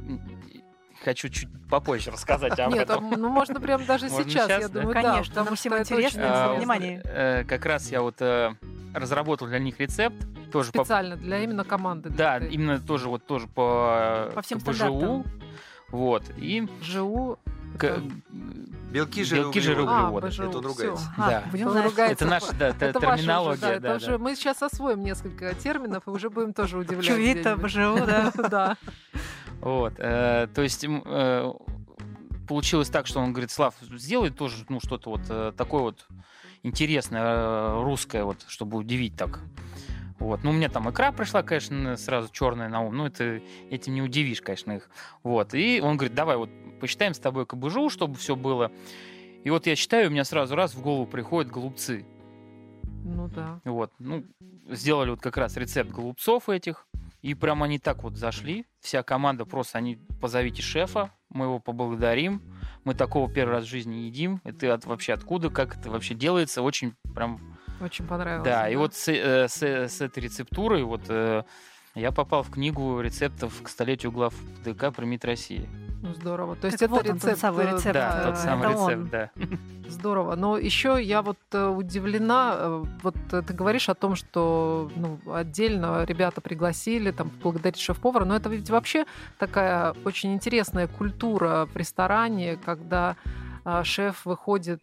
э, хочу чуть попозже рассказать об Нет, а, этом. ну можно прямо даже Можно сейчас, сейчас, я да? думаю, Конечно, да, нам потому всем что это интересно, очень А, всем интересно. внимание. э, как раз я вот э, разработал для них рецепт. тоже специально по... для именно команды. Да, этой. именно тоже вот тоже по, по всем по стандартам. ЖУ. Вот. И ЖУ. К... Белки, жиры, Белки, жиры, углеводы. А, это ругается. А, да. будем знать. Это наша да, это терминология. Уже, да, это да, уже, да. мы сейчас освоим несколько терминов и уже будем тоже удивляться. Чувита, БЖУ, да. Да. Вот. Э, то есть э, получилось так, что он говорит: Слав, сделай тоже ну, что-то вот э, такое вот интересное, э, русское, вот, чтобы удивить так. Вот. Ну, у меня там икра пришла, конечно, сразу черная на ум. Ну, это этим не удивишь, конечно, их. Вот. И он говорит: давай вот посчитаем с тобой КБЖУ, чтобы все было. И вот я считаю, у меня сразу раз в голову приходят голубцы. Ну да. Вот. Ну, сделали вот как раз рецепт голубцов этих. И прям они так вот зашли. Вся команда просто, они: позовите шефа, мы его поблагодарим. Мы такого первый раз в жизни не едим. Это от, вообще откуда, как это вообще делается. Очень прям... Очень понравилось. Да, да. И вот с, э, с, с этой рецептурой вот, э, я попал в книгу рецептов к столетию глав ДК при МИД России. Ну, здорово. То есть Так это вот он, рецепт. тот самый рецепт. Да, тот самый это рецепт, он. да. Здорово. Но еще я вот удивлена, вот ты говоришь о том, что ну, отдельно ребята пригласили там поблагодарить шеф-повара, но это ведь вообще такая очень интересная культура в ресторане, когда шеф выходит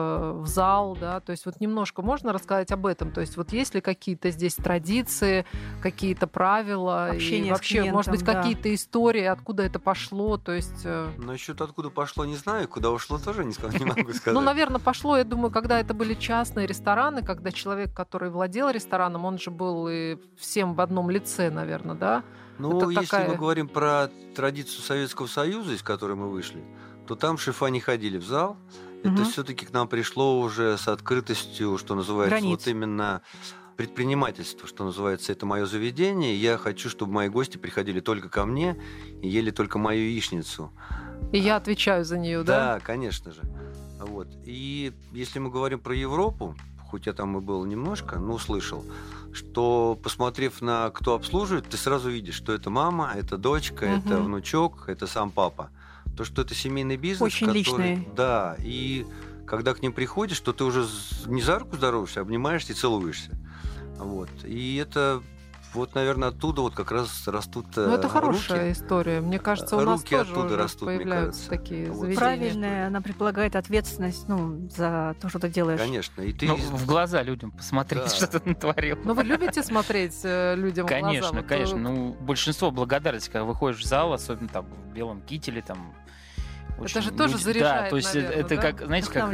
в зал, да, то есть вот немножко можно рассказать об этом, то есть вот есть ли какие-то здесь традиции, какие-то правила, общение и вообще, может быть, да. какие-то истории, откуда это пошло, то есть... Насчет откуда пошло, не знаю, куда ушло тоже не, не могу сказать. Ну, наверное, пошло, я думаю, когда это были частные рестораны, когда человек, который владел рестораном, он же был и всем в одном лице, наверное, да? Ну, это если такая... мы говорим про традицию Советского Союза, из которой мы вышли, то там шефа не ходили в зал. Угу. Это все-таки к нам пришло уже с открытостью, что называется, границ. Вот именно предпринимательство, что называется, это мое заведение. Я хочу, чтобы мои гости приходили только ко мне и ели только мою яичницу. И я отвечаю за нее, да? Да, конечно же. Вот. И если мы говорим про Европу, хоть я там и был немножко, но услышал, что, посмотрев на кто обслуживает, ты сразу видишь, что это мама, это дочка, угу. это внучок, это сам папа. То, что это семейный бизнес. Очень который, личный. Да, и когда к ним приходишь, то ты уже не за руку здороваешься, а обнимаешься и целуешься. Вот. И это, вот, наверное, оттуда вот как раз растут руки. Ну, это хорошая руки. история. Мне кажется, у нас руки тоже оттуда уже растут, появляются такие вот. заведения. Правильная, она предполагает ответственность ну, за то, что ты делаешь. Конечно. И ты... Ну, в глаза людям посмотреть, да. что ты натворил. Ну, вы любите смотреть людям конечно, в глаза? Конечно, вот... конечно. Ну, большинство благодарности, когда выходишь в зал, особенно там в белом кителе, там... Очень это же тоже люди... заряжает, да, то есть наверное, это да? как, знаете, как,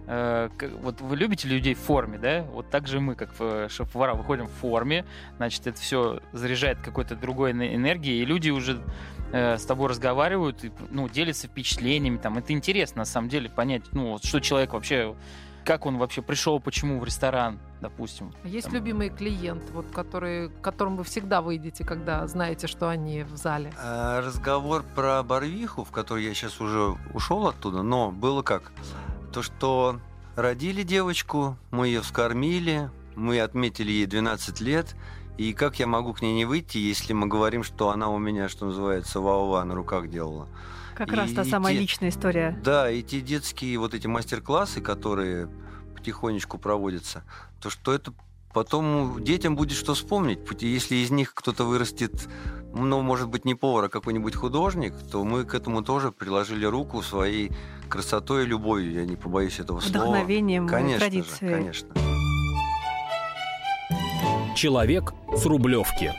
э, как вот вы любите людей в форме, да? Вот так же мы, как шеф-повара, выходим в форме, значит, это все заряжает какой-то другой энергией, и люди уже э, с тобой разговаривают, и, ну, делятся впечатлениями, там, это интересно, на самом деле, понять, ну, что человек вообще, как он вообще пришел, почему в ресторан, допустим. Есть там... любимый клиент, вот, который, к которому вы всегда выйдете, когда знаете, что они в зале? Разговор про Барвиху, в который я сейчас уже ушел оттуда, но было как? То, что родили девочку, мы ее вскормили, мы отметили ей двенадцать лет, и как я могу к ней не выйти, если мы говорим, что она у меня, что называется, ва-ва на руках делала. Как и, раз та самая те, личная история. Да, и те детские вот эти мастер-классы, которые потихонечку проводятся, то что это потом детям будет что вспомнить. Если из них кто-то вырастет, ну, может быть, не повар, а какой-нибудь художник, то мы к этому тоже приложили руку своей красотой и любовью, я не побоюсь этого слова. Вдохновением, конечно традицией. Же, конечно. Человек с Рублевки.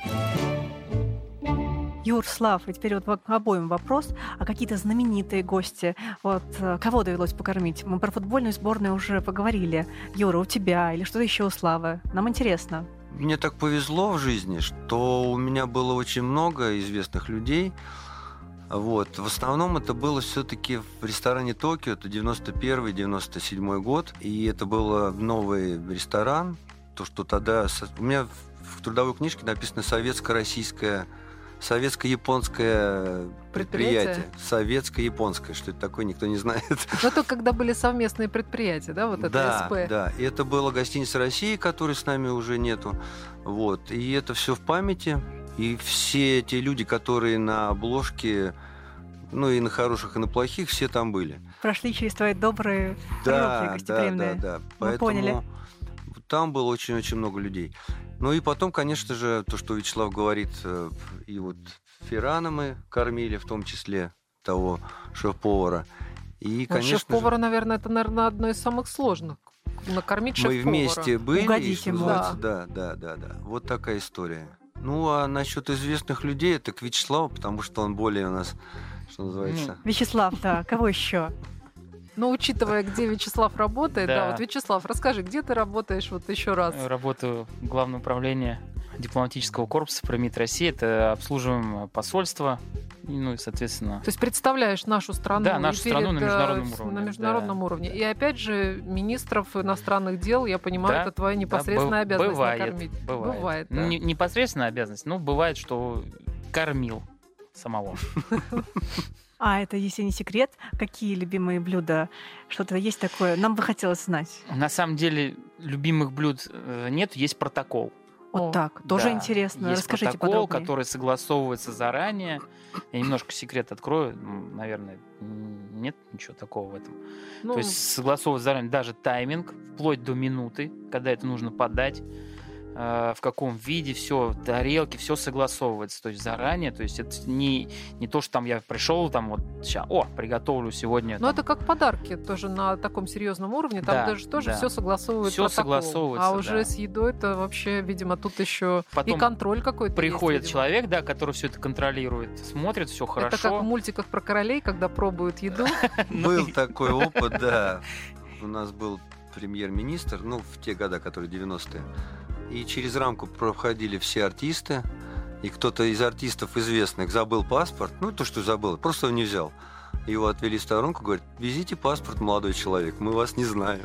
Юр, Слав, и теперь вот к обоим вопрос. А какие-то знаменитые гости, вот кого довелось покормить? Мы про футбольную сборную уже поговорили. Юра, у тебя или что-то еще у Славы? Нам интересно. Мне так повезло в жизни, что у меня было очень много известных людей. Вот. В основном это было все-таки в ресторане Токио, это девяносто первый девяносто седьмой год, и это был новый ресторан. То, что тогда... У меня в трудовой книжке написано «Советско-российское Советско-японское предприятие. предприятие. Советско-японское. Что это такое, никто не знает. Но только когда были совместные предприятия, да, вот это да, СП. Да, и это была гостиница «Россия», которой с нами уже нету. Вот. И это все в памяти. И все те люди, которые на обложке, ну и на хороших, и на плохих, все там были. Прошли через твои добрые да, руки гостеприимные. Да, да, да. Мы Поэтому поняли. Там было очень-очень много людей. Ну и потом, конечно же, то, что Вячеслав говорит, и вот Феррана мы кормили, в том числе того шеф-повара. И, вот конечно шеф-повара, же, наверное, это, наверное, одно из самых сложных. Накормить шеф-повара. Мы вместе были, Угодить что ему. называется, да, да, да, да. Вот такая история. Ну, а насчет известных людей, это к Вячеславу, потому что он более у нас, что называется... Вячеслав, да, кого еще? Но учитывая, где Вячеслав работает, да. Да. вот, Вячеслав, расскажи, где ты работаешь вот еще раз? Работаю в Главном управлении дипломатического корпуса при МИД России. Это обслуживаем посольство, ну и, соответственно... То есть представляешь нашу страну, Да, нашу и перед, страну на международном э, уровне, на международном да. уровне. И опять же, министров иностранных дел, я понимаю, Да, это твоя непосредственная да, обязанность бывает, накормить. Бывает. Бывает, да. Не- непосредственная обязанность, но бывает, что кормил самого. А это, если не секрет, какие любимые блюда? Что-то есть такое? Нам бы хотелось знать. На самом деле любимых блюд э, нет, есть протокол. Вот О, так. Тоже Да, интересно. Есть Расскажите протокол, подробнее. который согласовывается заранее. Я немножко секрет открою. Ну, наверное, м, нет ничего такого в этом. Ну, То есть согласовывается заранее даже тайминг, вплоть до минуты, когда это нужно подать, э, в каком виде, все, тарелки, все согласовывается. То есть заранее. То есть это не, не то, что там я пришел, там вот сейчас, о, приготовлю сегодня. но там, это как подарки тоже на таком серьезном уровне. Там Да, даже тоже да. все согласовывает Всё протокол. согласовывается, А уже да. с едой это вообще, видимо, тут еще и Потом контроль какой-то приходит есть, видимо. человек, да, который все это контролирует, смотрит, все хорошо. Это как в мультиках про королей, когда пробуют еду. Ну, Был такой опыт, да. У нас был премьер-министр, ну, в те года, которые девяностые. И через рамку проходили все артисты. И кто-то из артистов известных забыл паспорт. Ну, то, что забыл, просто его не взял. Его отвели в сторонку, говорят, везите паспорт, молодой человек, мы вас не знаем.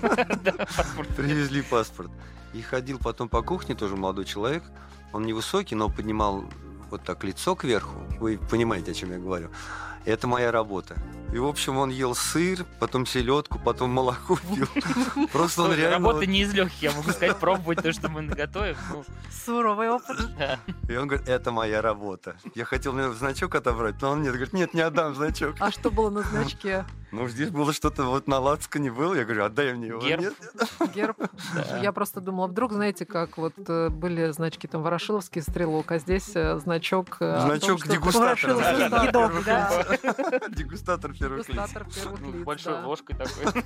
Привезли паспорт. И ходил потом по кухне, тоже молодой человек. Он невысокий, но поднимал вот так лицо кверху. Вы понимаете, о чем я говорю. Это моя работа. И, в общем, он ел сыр, потом селедку, потом молоко пил. Просто он Слушай, реально... работа не из легких, я могу сказать, пробовать то, что мы наготовим. Ну, Суровый опыт. да. И он говорит, это моя работа. Я хотел мне значок отобрать, но он нет. Говорит, нет, не отдам значок. А что было на значке? Ну, здесь было что-то вот на лацкане было. Я говорю, отдай мне его. Герб. Нет, нет. Герб. Да. Я просто думала, вдруг, знаете, как вот э, были значки там Ворошиловский стрелок, а здесь э, значок... э, о том, Значок что- дегустатора. Ворошиловский Да, да, едок, да. да. Дегустатор первых лиц. Дегустатор первых Ну, лиц, большой да. ложкой такой.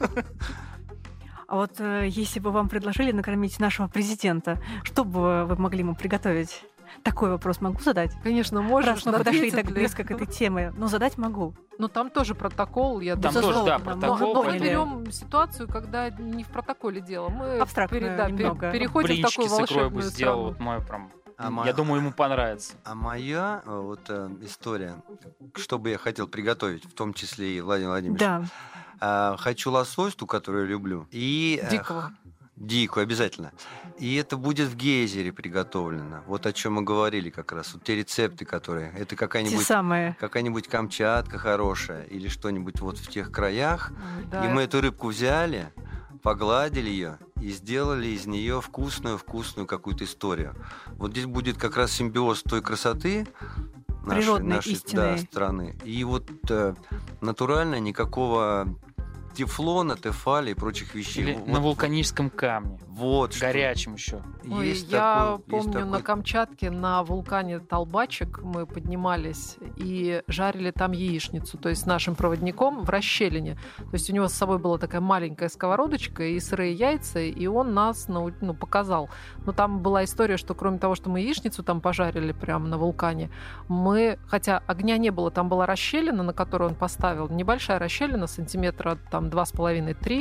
А вот э, если бы вам предложили накормить нашего президента, что бы вы могли ему приготовить? Такой вопрос могу задать? Конечно, можешь. Раз мы подошли ответит так ли? близко к этой теме, но задать могу. Ну, там тоже протокол, я Там думаю. тоже, да, Безусловно, мы Но уже протокол. мы поняли. берем ситуацию, когда не в протоколе дело. Мы Абстрактную пере- да, немного. пере- переходим в Блинчики такую с икрой бы волшебную сделал, страну. вот мой прям. А Я ма- думаю, ему понравится. А моя э, вот э, история, что бы я хотел приготовить, в том числе и Владимир Владимирович. Да. А, хочу лосось, ту, которую я люблю. И, э, Дикого. Дикую, обязательно. И это будет в гейзере приготовлено. Вот о чем мы говорили как раз. Вот те рецепты, которые... Это Те какая-нибудь... самые. Какая-нибудь Камчатка хорошая или что-нибудь вот в тех краях. Да. И мы эту рыбку взяли, погладили ее и сделали из нее вкусную-вкусную какую-то историю. Вот здесь будет как раз симбиоз той красоты нашей, Природной, нашей да, истинной. страны. И вот э, натурально никакого тефлона, тефали и прочих вещей. Или Вот- на вулканическом камне. Вот что. Горячем еще. Ой, Есть я такой- есть помню, на такой- Камчатке на вулкане Толбачек мы поднимались и жарили там яичницу, то есть с нашим проводником в расщелине. То есть у него с собой была такая маленькая сковородочка и сырые яйца, и он нас нау- ну, показал. Но там была история, что кроме того, что мы яичницу там пожарили прямо на вулкане, мы, хотя огня не было, там была расщелина, на которую он поставил, небольшая расщелина, сантиметра там два с половиной-три,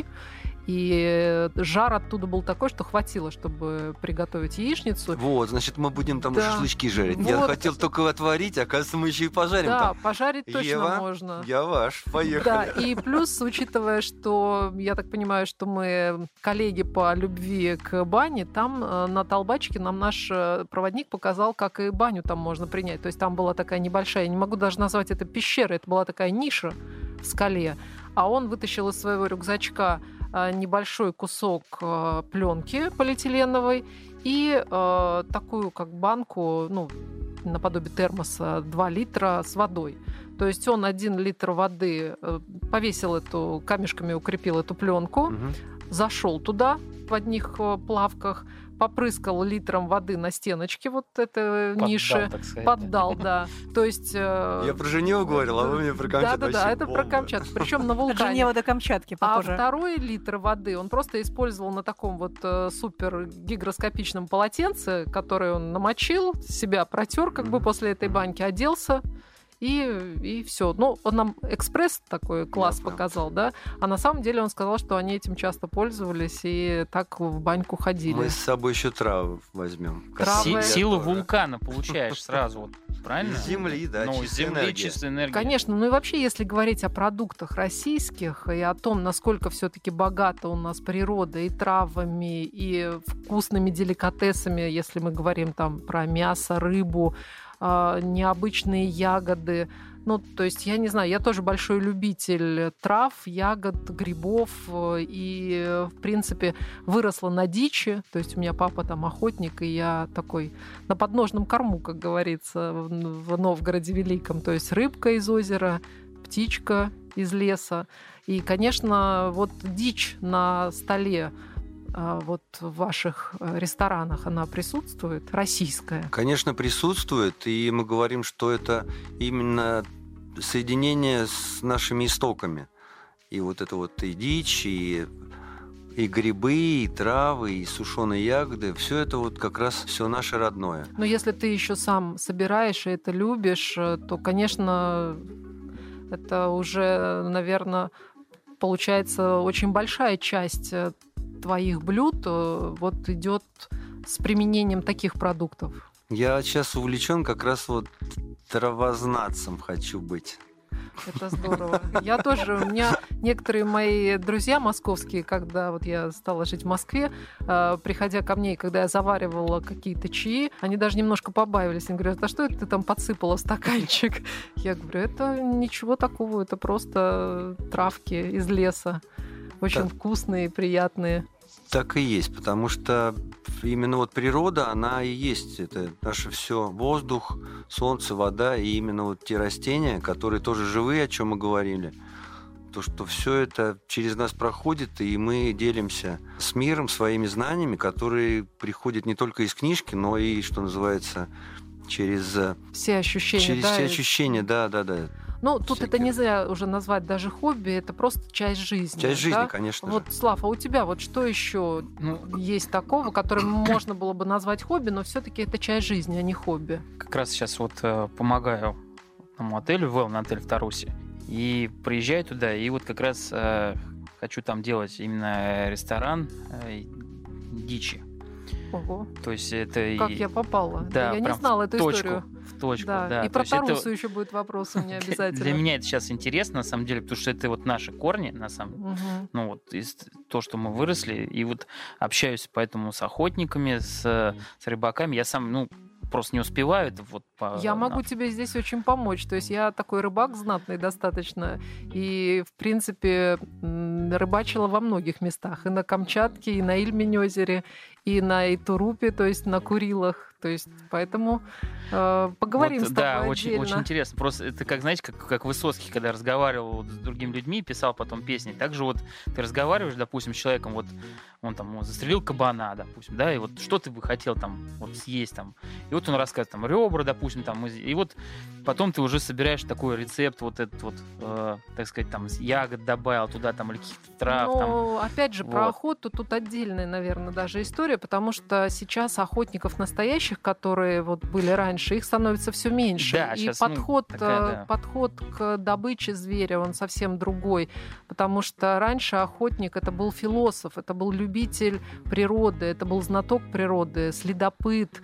и жар оттуда был такой, что хватило, чтобы приготовить яичницу. Вот, значит, мы будем там Да. шашлычки жарить. Я Вот. хотел только отварить, оказывается, мы еще и пожарим Да, там. пожарить точно Ева, можно. Я ваш, Да, поехали. и плюс, учитывая, что я так понимаю, что мы коллеги по любви к бане, там э, на Толбачке нам наш э, проводник показал, как и баню там можно принять. То есть там была такая небольшая, я не могу даже назвать это пещерой, это была такая ниша в скале. А он вытащил из своего рюкзачка э, небольшой кусок э, пленки полиэтиленовой и э, такую как банку, ну, наподобие термоса, два литра с водой. То есть он один литр воды э, повесил эту, камешками укрепил эту пленку, Мгм. зашел туда, в одних плавках, попрыскал литром воды на стеночке вот этой поддал, ниши. Поддал, да. То есть... Я про Женеву говорил, а вы мне про Камчатку. Да-да-да, это про Камчатку. Причем на вулкане. От Женевы до Камчатки похоже. А второй литр воды он просто использовал на таком вот супер гигроскопичном полотенце, которое он намочил, себя протер как бы после этой баньки, оделся. И, и все. Ну, он нам экспресс такой класс да, показал, да. А на самом деле он сказал, что они этим часто пользовались и так в баньку ходили. Мы с собой еще травы возьмем. Си- силу вулкана получаешь сразу, вот, правильно? Из земли, да, ну, чистая земли, энергия. чистая энергия. Конечно. Ну и вообще, если говорить о продуктах российских и о том, насколько все-таки богата у нас природа и травами, и вкусными деликатесами, если мы говорим там про мясо, рыбу, необычные ягоды. Ну, то есть, я не знаю, я тоже большой любитель трав, ягод, грибов. И, в принципе, выросла на дичи. То есть, у меня папа там охотник, и я такой на подножном корму, как говорится, в Новгороде Великом. То есть, рыбка из озера, птичка из леса. И, конечно, вот дичь на столе вот в ваших ресторанах, она присутствует, российская? Конечно, присутствует, и мы говорим, что это именно соединение с нашими истоками. И вот это вот и дичь, и, и грибы, и травы, и сушеные ягоды, все это вот как раз все наше родное. Но если ты еще сам собираешь и это любишь, то, конечно, это уже, наверное, получается очень большая часть твоих блюд вот идет с применением таких продуктов. Я сейчас увлечен как раз вот травознатцем хочу быть. Это здорово. Я тоже, у меня некоторые мои друзья московские, когда вот я стала жить в Москве, приходя ко мне, и когда я заваривала какие-то чаи, они даже немножко побаивались. Они говорят, а что это ты там подсыпала в стаканчик? Я говорю, это ничего такого, это просто травки из леса. Очень так, вкусные, приятные. Так и есть, потому что именно вот природа, она и есть. Это наше все воздух, солнце, вода, и именно вот те растения, которые тоже живые, о чем мы говорили. То, что все это через нас проходит, и мы делимся с миром своими знаниями, которые приходят не только из книжки, но и, что называется, через все ощущения. Через да, все ощущения, да, да, да. Ну, тут всякие. Это нельзя уже назвать даже хобби, это просто часть жизни. Часть жизни, да? конечно. Вот, же. Слав, а у тебя вот что еще ну, есть такого, которое можно было бы назвать хобби, но все-таки это часть жизни, а не хобби? Как раз сейчас вот э, помогаю одному отелю, Велн отель в Тарусе, и приезжаю туда, и вот как раз э, хочу там делать именно ресторан э, дичи. Ого. То есть это как и... я попала? Да, я не знала эту точку, историю. В точку, да. да. И про Тарусу это... еще будет вопрос у меня обязательно. Для меня это сейчас интересно, на самом деле, потому что это вот наши корни, на самом деле. Угу. Ну вот, из то, что мы выросли, и вот общаюсь поэтому с охотниками, с, с рыбаками. Я сам, ну, просто не успеваю. Это вот по... Я могу тебе здесь очень помочь. То есть я такой рыбак знатный достаточно. И, в принципе, рыбачила во многих местах. И на Камчатке, и на Ильмень-озере, и на Итурупе, то есть на Курилах. То есть, поэтому э, поговорим вот, с тобой да, отдельно. очень, очень интересно. Просто это как, знаете, как, как Высоцкий, когда разговаривал вот с другими людьми, писал потом песни. Также вот ты разговариваешь, допустим, с человеком, вот он там он застрелил кабана, допустим, да, и вот что ты бы хотел там вот съесть там. И вот он рассказывает там ребра, допустим, там, и вот потом ты уже собираешь такой рецепт, вот этот вот, э, так сказать, там, ягод добавил туда, там, или каких-то трав. Ну, там. опять же, вот. Про охоту тут отдельная, наверное, даже история, потому что сейчас охотников настоящих, которые вот были раньше, их становится все меньше. Да, и сейчас, подход, ну, такая, да. подход к добыче зверя, он совсем другой, потому что раньше охотник это был философ, это был любитель природы, это был знаток природы, следопыт.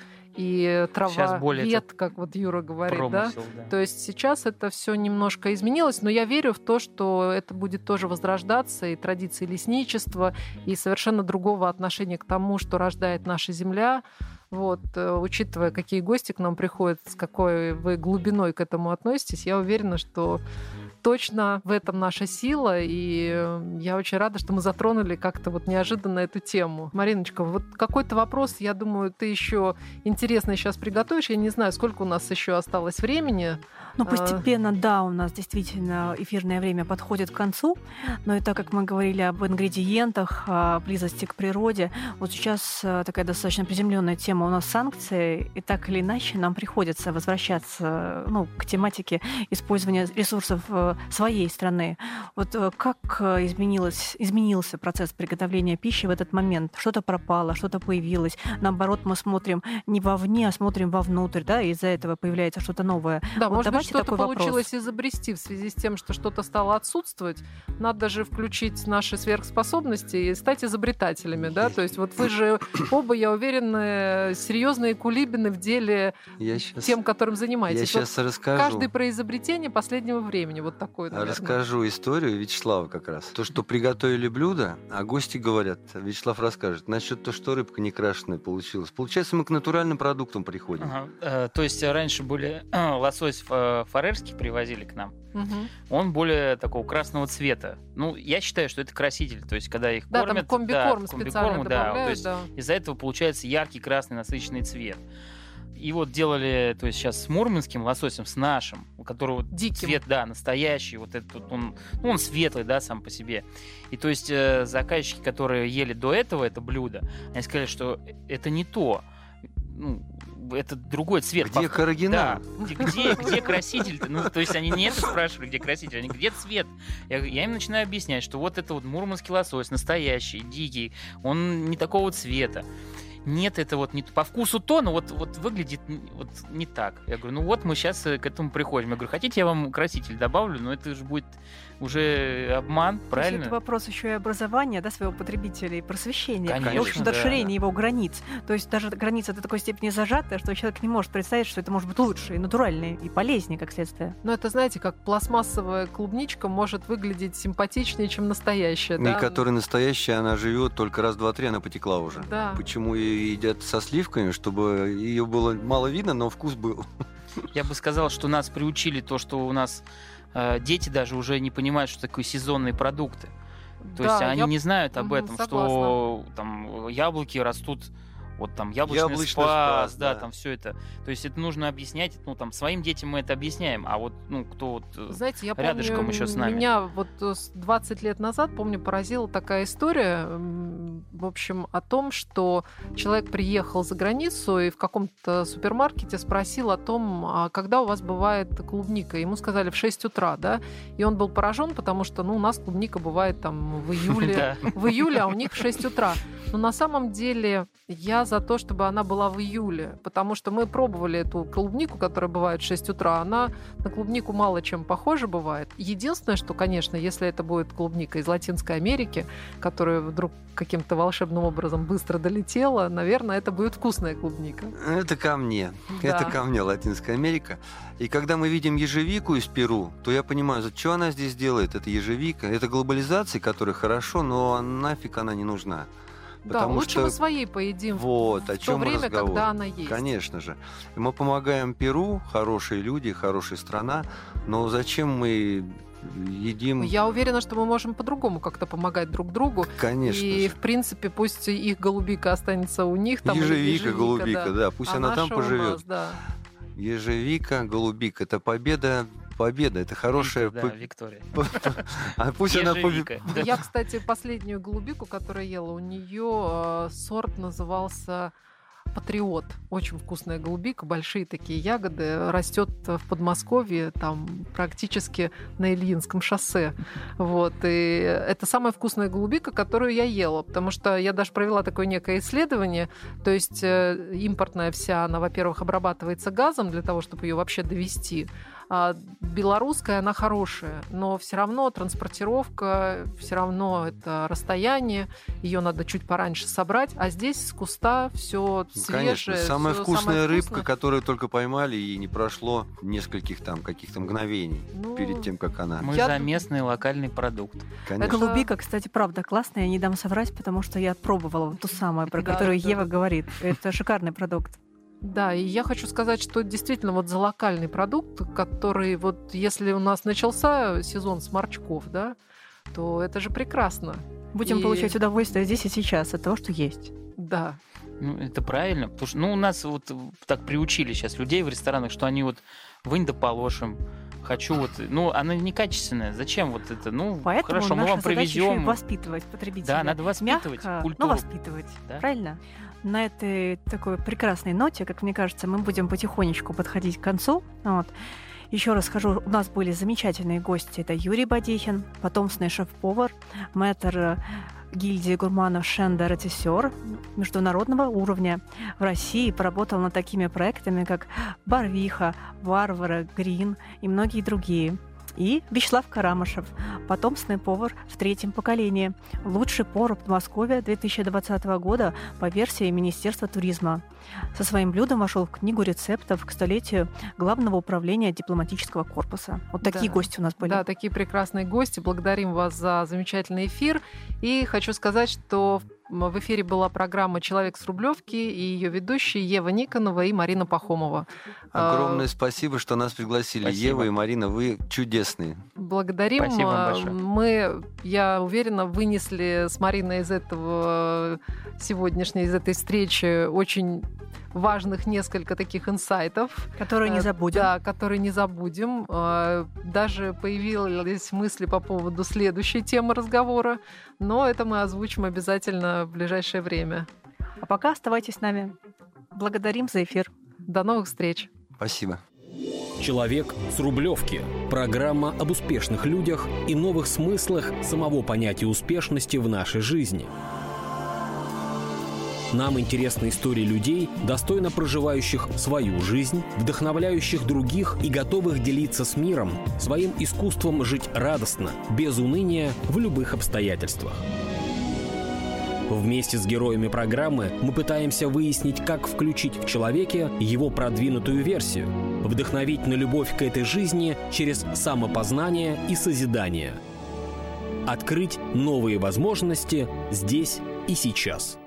И трава, вет, как вот Юра говорит, промысел, да? да. То есть сейчас это все немножко изменилось, но я верю в то, что это будет тоже возрождаться, и традиции лесничества, и совершенно другого отношения к тому, что рождает наша земля. Вот, учитывая, какие гости к нам приходят, с какой вы глубиной к этому относитесь, я уверена, что точно в этом наша сила, и я очень рада, что мы затронули как-то вот неожиданно эту тему. Мариночка, вот какой-то вопрос, я думаю, ты еще интересный сейчас приготовишь. Я не знаю, сколько у нас еще осталось времени. Ну, постепенно, да, у нас действительно эфирное время подходит к концу, но и так как мы говорили об ингредиентах, о близости к природе, вот сейчас такая достаточно приземленная тема у нас санкции, и так или иначе нам приходится возвращаться, ну, к тематике использования ресурсов своей страны. Вот как изменилось, изменился процесс приготовления пищи в этот момент? Что-то пропало, что-то появилось. Наоборот, мы смотрим не вовне, а смотрим вовнутрь, да, и из-за этого появляется что-то новое. Да, вот может быть, что-то получилось вопрос. изобрести в связи с тем, что что-то стало отсутствовать. Надо же включить наши сверхспособности и стать изобретателями, да? То есть вот вы же оба, я уверена, серьезные кулибины в деле я сейчас, тем, которым занимаетесь. Я сейчас вот расскажу. Каждый про изобретение последнего времени. Вот такой, наверное. Расскажу историю Вячеслава как раз. То, что приготовили блюдо, а гости говорят, Вячеслав расскажет, насчет того, что рыбка не крашеная получилась. Получается, мы к натуральным продуктам приходим. Ага. Э, то есть раньше были лосось фарерский привозили к нам. Угу. Он более такого красного цвета. Ну, я считаю, что это краситель. То есть, когда их да, кормят... Там комбикорм да, специально комбикорм, да, добавляют. то есть, да. из-за этого получается яркий красный насыщенный цвет. И вот делали, то есть сейчас с мурманским лососем, с нашим, у которого Диким. Цвет, да, настоящий, вот этот, он, ну, он светлый, да, сам по себе. И то есть э, заказчики, которые ели до этого это блюдо, они сказали, что это не то, ну, это другой цвет. Где Пов... оригинал? Да, где, где, где краситель-то? Ну, то есть они не это спрашивали, где краситель, они где цвет? Я, я им начинаю объяснять, что вот это вот мурманский лосось, настоящий, дикий, он не такого цвета. Нет, это вот не по вкусу то, но вот, вот выглядит вот не так. Я говорю, ну вот мы сейчас к этому приходим. Я говорю, хотите, я вам краситель добавлю, но это же будет уже обман, правильно? Это вопрос еще и образования, да, своего потребителя, и просвещения. Конечно, и, в общем, да. расширения его границ. То есть даже граница до такой степени зажата, что человек не может представить, что это может быть лучше, и натуральнее, и полезнее, как следствие. Но это, знаете, как пластмассовая клубничка может выглядеть симпатичнее, чем настоящая. И да? которая настоящая, она живет только раз, два, три, она потекла уже. Да. Почему ее едят со сливками, чтобы ее было мало видно, но вкус был. Я бы сказал, что нас приучили то, что у нас э, дети даже уже не понимают, что такое сезонные продукты. То Да, есть они я... не знают об этом, Согласна. что там яблоки растут, вот там яблочный, Яблочный спас, спас, да, да. там все это. То есть это нужно объяснять, ну там своим детям мы это объясняем, а вот ну кто вот Знаете, я рядышком помню, еще с нами. Меня вот двадцать лет назад, помню, поразила такая история, в общем, о том, что человек приехал за границу и в каком-то супермаркете спросил о том, а когда у вас бывает клубника. Ему сказали в шесть утра, да, и он был поражен, потому что, ну, у нас клубника бывает там в июле, в июле, а у них в шесть утра. Но на самом деле я за то, чтобы она была в июле, потому что мы пробовали эту клубнику, которая бывает в шесть утра, она на клубнику мало чем похожа бывает. Единственное, что, конечно, если это будет клубника из Латинской Америки, которая вдруг каким-то волшебным образом быстро долетела, наверное, это будет вкусная клубника. Это ко мне. Да. Это ко мне, Латинская Америка. И когда мы видим ежевику из Перу, то я понимаю, что она здесь делает. Это ежевика. Это глобализация, которая хорошо, но нафиг она не нужна. Да, лучше что... мы своей поедим вот, в о то чем время, разговор. когда она есть. Конечно же. И мы помогаем Перу, хорошие люди, хорошая страна, но зачем мы едим... Я уверена, что мы можем по-другому как-то помогать друг другу. Конечно И, же. в принципе, пусть их голубика останется у них. Там, ежевика, ежевика, голубика, да. да, пусть а она там наша у поживет. нас, да. Ежевика, голубика, это победа. Победа, это хорошая... Вика, да, Виктория. А пусть она Ежевика. победит. Я, кстати, последнюю голубику, которую ела, у нее сорт назывался Патриот. Очень вкусная голубика, большие такие ягоды. Растет в Подмосковье, там практически на Ильинском шоссе. Вот. И это самая вкусная голубика, которую я ела, потому что я даже провела такое некое исследование. То есть импортная вся, она, во-первых, обрабатывается газом для того, чтобы ее вообще довести. А белорусская, она хорошая, но все равно транспортировка, все равно это расстояние, ее надо чуть пораньше собрать, а здесь с куста все свежее. Конечно, самая всё вкусная самое рыбка, вкусное. которую только поймали, и не прошло нескольких там каких-то мгновений Ну, перед тем, как она... Мы Я за дум- местный локальный продукт. Конечно. Голубика, кстати, правда классная, я не дам соврать, потому что я пробовала ту самую, про Да, которую да. Ева говорит. Это шикарный продукт. Да, и я хочу сказать, что действительно вот за локальный продукт, который вот если у нас начался сезон сморчков, да, то это же прекрасно. Будем и... получать удовольствие здесь и сейчас от того, что есть. Да. Ну, это правильно, потому что ну, у нас вот так приучили сейчас людей в ресторанах, что они вот вынь да положим, хочу вот, ну, она некачественная, зачем вот это, ну, Поэтому хорошо, мы вам привезем. Воспитывать потребителя. Да, надо воспитывать мягко, культуру. но воспитывать, да? Правильно? На этой такой прекрасной ноте, как мне кажется, мы будем потихонечку подходить к концу. Вот. Еще раз скажу, у нас были замечательные гости. Это Юрий Бодихин, потомственный шеф-повар, мэтр гильдии гурманов Шендер-Ратисер международного уровня. В России поработал над такими проектами, как «Барвиха», «Варвара», «Грин» и многие другие. И Вячеслав Карамышев, потомственный повар в третьем поколении, лучший повар Подмосковья две тысячи двадцатого года по версии Министерства туризма. Со своим блюдом вошел в книгу рецептов к столетию Главного управления дипломатического корпуса. Вот такие да. гости у нас были. Да, такие прекрасные гости. Благодарим вас за замечательный эфир. И хочу сказать, что в эфире была программа «Человек с Рублевки» и ее ведущие Ева Никонова и Марина Пахомова. Огромное спасибо, что нас пригласили. Спасибо. Ева и Марина, вы чудесные. Благодарим. Спасибо вам большое. Мы, я уверена, вынесли с Мариной из этого сегодняшней, из этой встречи очень важных несколько таких инсайтов. Которые не забудем. Да, которые не забудем. Даже появились мысли по поводу следующей темы разговора, но это мы озвучим обязательно в ближайшее время. А пока оставайтесь с нами. Благодарим за эфир. До новых встреч. Спасибо. «Человек с Рублевки» – программа об успешных людях и новых смыслах самого понятия успешности в нашей жизни. Нам интересны истории людей, достойно проживающих свою жизнь, вдохновляющих других и готовых делиться с миром своим искусством жить радостно, без уныния, в любых обстоятельствах. Вместе с героями программы мы пытаемся выяснить, как включить в человеке его продвинутую версию, вдохновить на любовь к этой жизни через самопознание и созидание, открыть новые возможности здесь и сейчас.